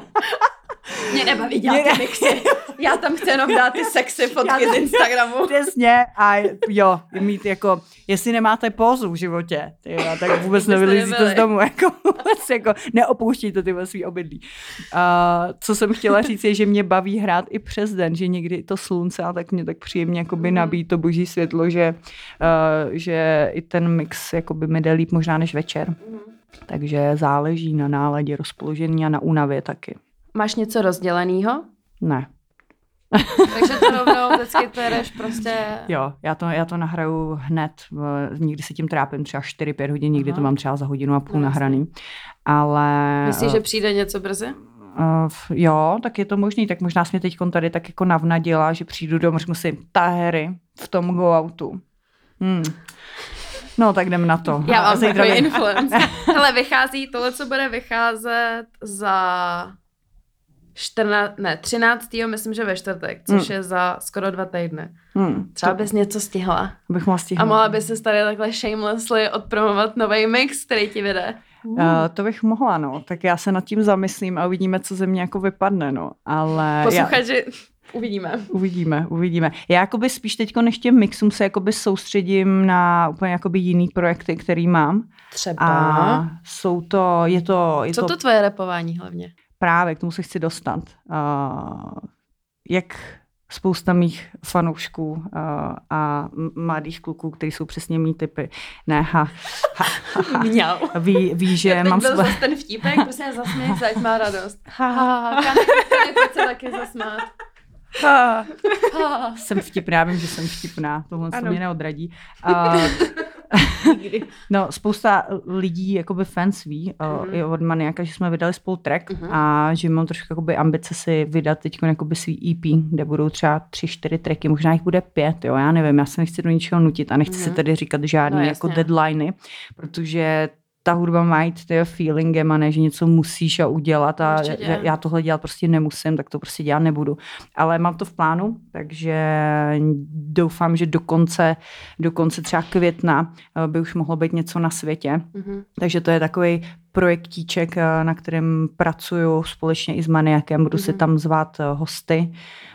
Mě nebaví dělat ty mixy. Já tam chci jenom dát ty sexy fotky z Instagramu. Přesně a jo, mít jako, jestli nemáte pózu v životě, tak vůbec nevylezíte z domu, jako neopouštíte tyhle svý obydlí. Co jsem chtěla říct je, že mě baví hrát i přes den, že někdy to slunce a tak mě tak příjemně jakoby nabíjí to boží světlo, že i ten mix jakoby mi jde líp možná než večer. Takže záleží na náladě, rozpoložení a na únavě taky. Máš něco rozdělenýho? Ne. Takže to rovnou vždycky to jedeš prostě... Jo, já to nahraju hned, někdy se tím trápím třeba 4-5 hodin, někdy to mám třeba za 1,5 hodiny nahraný, ale... Myslíš, že přijde něco brzy? Jo, tak je to možný, tak možná jsi mě teď tady tak jako navnadila, že přijdu domů, řeknu si, Tahery, v tom go outu. No, tak jdem na to. Já mám takový influence. Hele, vychází tohle, co bude vycházet za 13. myslím, že ve čtvrtek, což je za skoro 2 týdny. Třeba bys něco stihla. Bych mohla stihnout. A mohla bys se tady takhle shamelessly odpromovat nový mix, který ti vyjde. To bych mohla, no. Tak já se nad tím zamyslím a uvidíme, co ze mě jako vypadne, no. Ale posluchači, Uvidíme. Já jakoby spíš teďko než těm mixům se jakoby soustředím na úplně jakoby jiný projekty, který mám. Třeba. A je to tvoje rapování hlavně? Právě, k tomu se chci dostat. Jak spousta mých fanoušků a mladých kluků, kteří jsou přesně mý typy. Ne, ví, že mám byl zase ten vtípek, prostě zasměj se, ať má radost. Pojď se taky zasmát. Jsem vtipná, vím, že jsem vtipná. Tohle se mě neodradí. No, spousta lidí, jakoby fans ví i od Maniaka, že jsme vydali spolu track a že mám trošku jakoby ambice si vydat teď jakoby svý EP, kde budou třeba 3-4 tracky, možná jich bude 5, jo, já nevím, já se nechci do ničeho nutit a nechci si tedy říkat žádný jako deadliny, protože ta hudba má jít feelingem a ne, že něco musíš a udělat a já tohle dělat prostě nemusím, tak to prostě dělat nebudu. Ale mám to v plánu, takže doufám, že do konce třeba května by už mohlo být něco na světě. Takže to je takový projektíček, na kterém pracuju společně i s Maniakem. Budu si tam zvát hosty.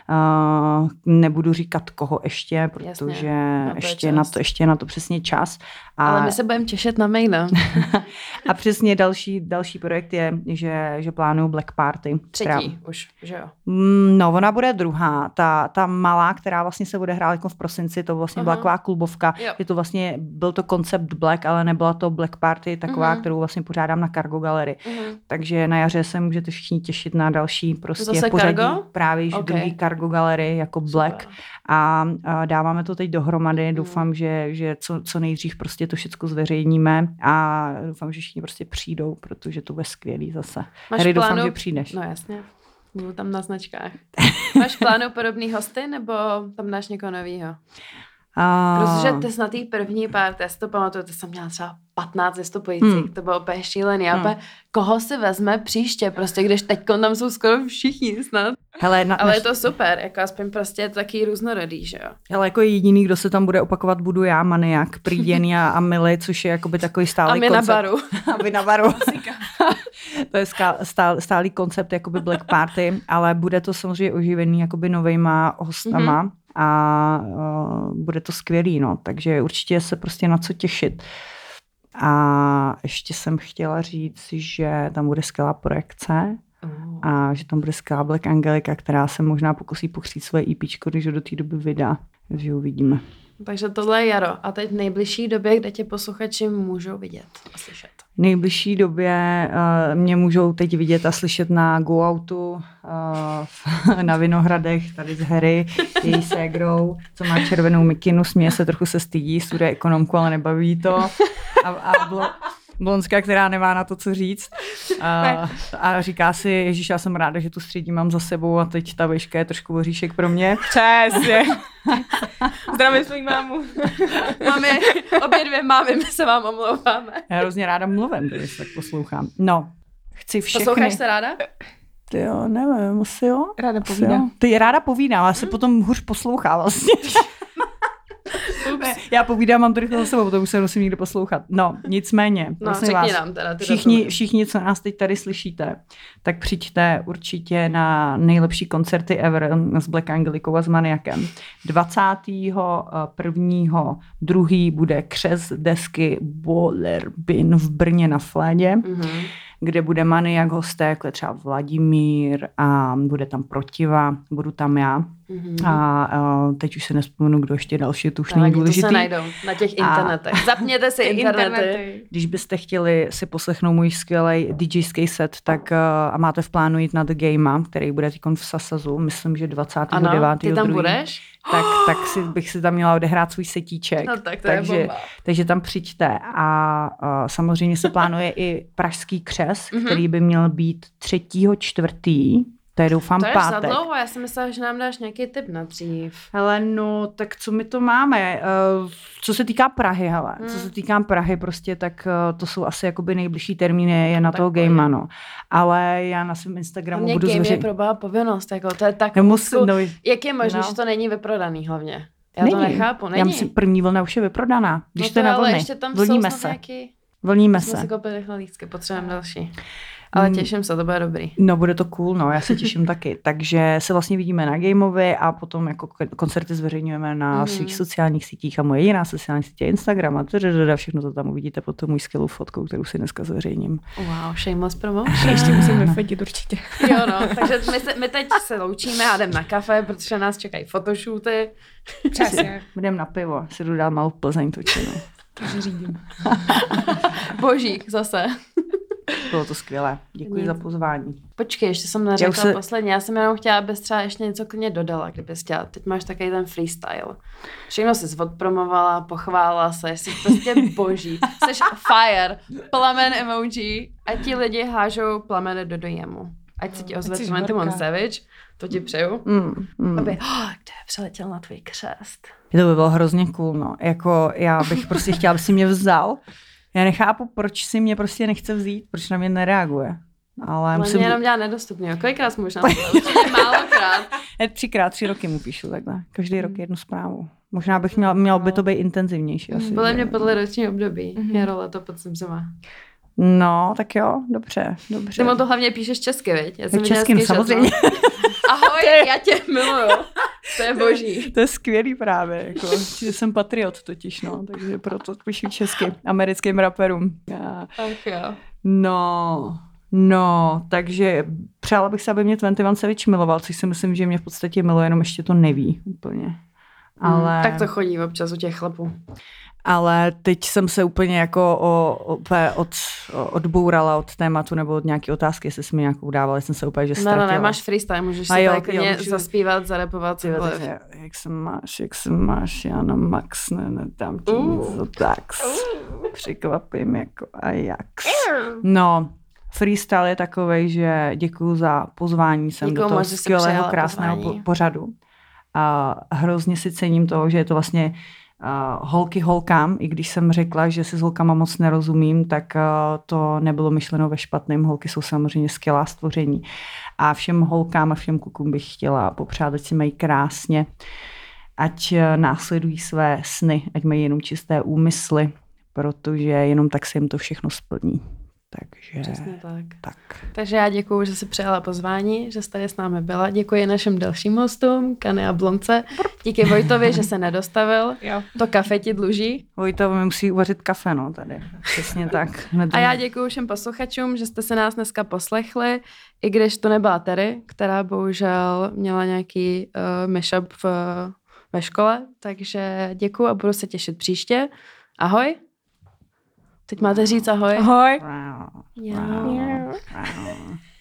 Nebudu říkat koho ještě, protože ještě na to přesně čas. Ale my se budeme těšit na maila. A přesně další projekt je, že plánuju Black Party. Třetí už, že jo? No, ona bude druhá. Ta malá, která vlastně se bude hrát jako v prosinci, to vlastně byla taková klubovka. Je to vlastně, byl to koncept Black, ale nebyla to Black Party taková, kterou vlastně pořádám na Cargo Gallery. Takže na jaře se můžete všichni těšit na další prostě zase pořadí. Cargo? Právě druhý Cargo Gallery jako Black. A dáváme to teď dohromady. Doufám, že co nejdřív prostě to všechno zveřejníme a doufám, že všichni prostě přijdou, protože to bude skvělý zase. Harry, doufám, že přijdeš. No jasně. Budu tam na značkách. Máš plánu podobný hosty, nebo tam dáš někoho novýho? Protože ty jsi na té první párty, já si to pamatuju, to jsem měla třeba 15 vystupujících, to bylo úplně šílený. Koho si vezme příště, prostě když teď tam jsou skoro všichni snad. Hele, ale je to super, jako aspoň prostě je to taky různorodý, že jo. Ale jako jediný, kdo se tam bude opakovat, budu já, Maniak, Prýděný a Mili, což je jakoby takový stálý koncept. A my na baru. To je stálý koncept jakoby Black Party, ale bude to samozřejmě oživený jakoby novejma hostama. A bude to skvělý, no. Takže určitě se prostě na co těšit. A ještě jsem chtěla říct, že tam bude skvělá projekce a že tam bude skvělá Black Angelika, která se možná pokusí pokřít svoje EPčko, když ho do té doby vydá. Takže uvidíme. Takže tohle je jaro. A teď v nejbližší době, kde tě posluchači můžou vidět a slyšet? V nejbližší době mě můžou teď vidět a slyšet na Go Outu, na Vinohradech, tady s Harry, její ségrou, co má červenou mikinu, směje se, trochu se stydí, studuje ekonomku, ale nebaví to. A blonská, která nemá na to, co říct. A říká si, ježíš, já jsem ráda, že tu středí mám za sebou a teď ta vejška je trošku voříšek pro mě. Přesně. Zdravím svou mámu. Máme, obě dvě mámy, my se vám omlouváme. Já hrozně ráda mluvím, když se tak poslouchám. No, chci všechny... Posloucháš se ráda? Ty jo, nevím, asi jo. Ráda povídám. Ty ráda povídám, ale se potom hůř poslouchá vlastně. Já povídám, mám to rychle za sebou, protože se musím někdo poslouchat. No, nicméně. No, řekni nám teda. Všichni, co nás teď tady slyšíte, tak přijďte určitě na nejlepší koncerty ever s Black Angelikou a s Maniakem. 21.2. bude křest desky Boiler Bin v Brně na Flédě, kde bude Maniak hosté, jako je třeba Vladimír a bude tam Protiva, budu tam já. A teď už se nespomenu, kdo ještě další, to už není důležitý. To se najdou na těch internetech. Zapněte si internety. Když byste chtěli si poslechnout můj skvělý DJský set, tak a máte v plánu jít na The Game, který bude teď v Sasazu, myslím, že 29. Ano, ty tam budeš? Tak bych si tam měla odehrát svůj setíček. No tak to je bomba. Takže tam přijďte. A samozřejmě se plánuje i pražský křes, který by měl být 3.4. To je doufám To je za pátek. dlouho, já jsem myslela, že nám dáš nějaký tip na dřív. Hele, no, tak co my to máme? Co se týká Prahy, hele. Co se týká Prahy prostě, tak to jsou asi jakoby nejbližší termíny je na toho gamea, no. Ale já na svém Instagramu Hlavně budu game je zveřejňovat. pro boha povinnost, jako to je tak... Jak je možné, že to není vyprodaný hlavně? Já to nechápu, není. Já myslím, první vlna už je vyprodaná. Když to je na vlny. Ještě tam Vlníme jsou se. nějaký... Vlníme Jsme se. si koupili rychle lístky, potřebujeme další. Ale těším se, to bude dobrý. No, bude to cool, no, já se těším taky. Takže se vlastně vidíme na Gameovi a potom jako koncerty zveřejňujeme na svých sociálních sítích a moje jediná sociální sítě je Instagram a všechno to tam uvidíte pod tou můj skvělou fotkou, kterou si dneska zveřejním. Wow, shameless promotion. Ještě musíme fotit určitě. Jo, no, takže my teď se loučíme a jdeme na kafe, protože nás čekají fotoshooty. Přesně. Budeme na pivo, si jdu dát malou Plzeň točinu. Takže řídím. Božík zase. Bylo to skvělé. Děkuji za pozvání. Počkej, ještě jsem neřekla poslední. Já jsem jenom chtěla, abys třeba ještě něco klidně dodala, kdybys chtěla. Teď máš takový ten freestyle. Všechno jsi odpromovala, pochválila se, jsi prostě boží. Jsi fire, plamen emoji a ti lidi hážou plameny do dojemu. Ať se ti ozve 21 Savage, to ti přeju. Aby, kde přeletěl na tvůj křest. To by bylo hrozně cool, no. Jako já bych prostě chtěla, aby si mě vzal. Já nechápu, proč si mě prostě nechce vzít, proč na mě nereaguje. Ale musím... mě jenom dělá nedostupný. Kolikrát jsi možná určitě málokrát. 3 roky mu píšu takhle. Každý rok jednu zprávu. Možná bych měl by to být intenzivnější. Asi. Podle mě podle roční období. Jaro, leto, podzim, zima. No, tak jo, dobře. Ty mu to hlavně píšeš česky, viď? Já jsem česky, samozřejmě. Ahoj, já tě miluju. To je boží. To je skvělý právě, jako, že jsem patriot totiž, no, takže proto píšu česky americkým raperům. Ach jo. No, takže přála bych se, aby mě 21 Savage miloval, což si myslím, že mě v podstatě miluje, jenom ještě to neví úplně. Ale... Tak to chodí občas u těch chlapů. Ale teď jsem se úplně jako odbourala od tématu nebo od nějaké otázky, jestli jsi mi nějakou dávala, jsem se úplně, že ztratila. Ne, máš freestyle, můžeš si tady zaspívat, zarepovat cokoliv. Jak se máš, já na max, nedám ti nic tax. Překvapím jako Ajax. No, freestyle je takovej, že děkuju za pozvání sem do toho skvělého, krásného pořadu. A hrozně si cením toho, že je to vlastně holky holkám, i když jsem řekla, že si s holkama moc nerozumím, tak to nebylo myšleno ve špatném. Holky jsou samozřejmě skvělá stvoření. A všem holkám a všem klukům bych chtěla popřát, ať si mají krásně, ať následují své sny, ať mají jenom čisté úmysly, protože jenom tak se jim to všechno splní. Takže přesně tak. Takže já děkuju, že jsi přijala pozvání, že jsi tady s námi byla. Děkuji našim dalším hostům, Kany a Blonce. Díky Vojtovi, že se nedostavil. Jo. To kafe ti dluží. Vojtovi mi musí uvařit kafe, no, tady. Přesně tak. A já děkuju všem posluchačům, že jste se nás dneska poslechli, i když to nebyla Terry, která bohužel měla nějaký mashup ve škole. Takže děkuju a budu se těšit příště. Ahoj. Teď máte říct ahoj. Ahoj. Yeah.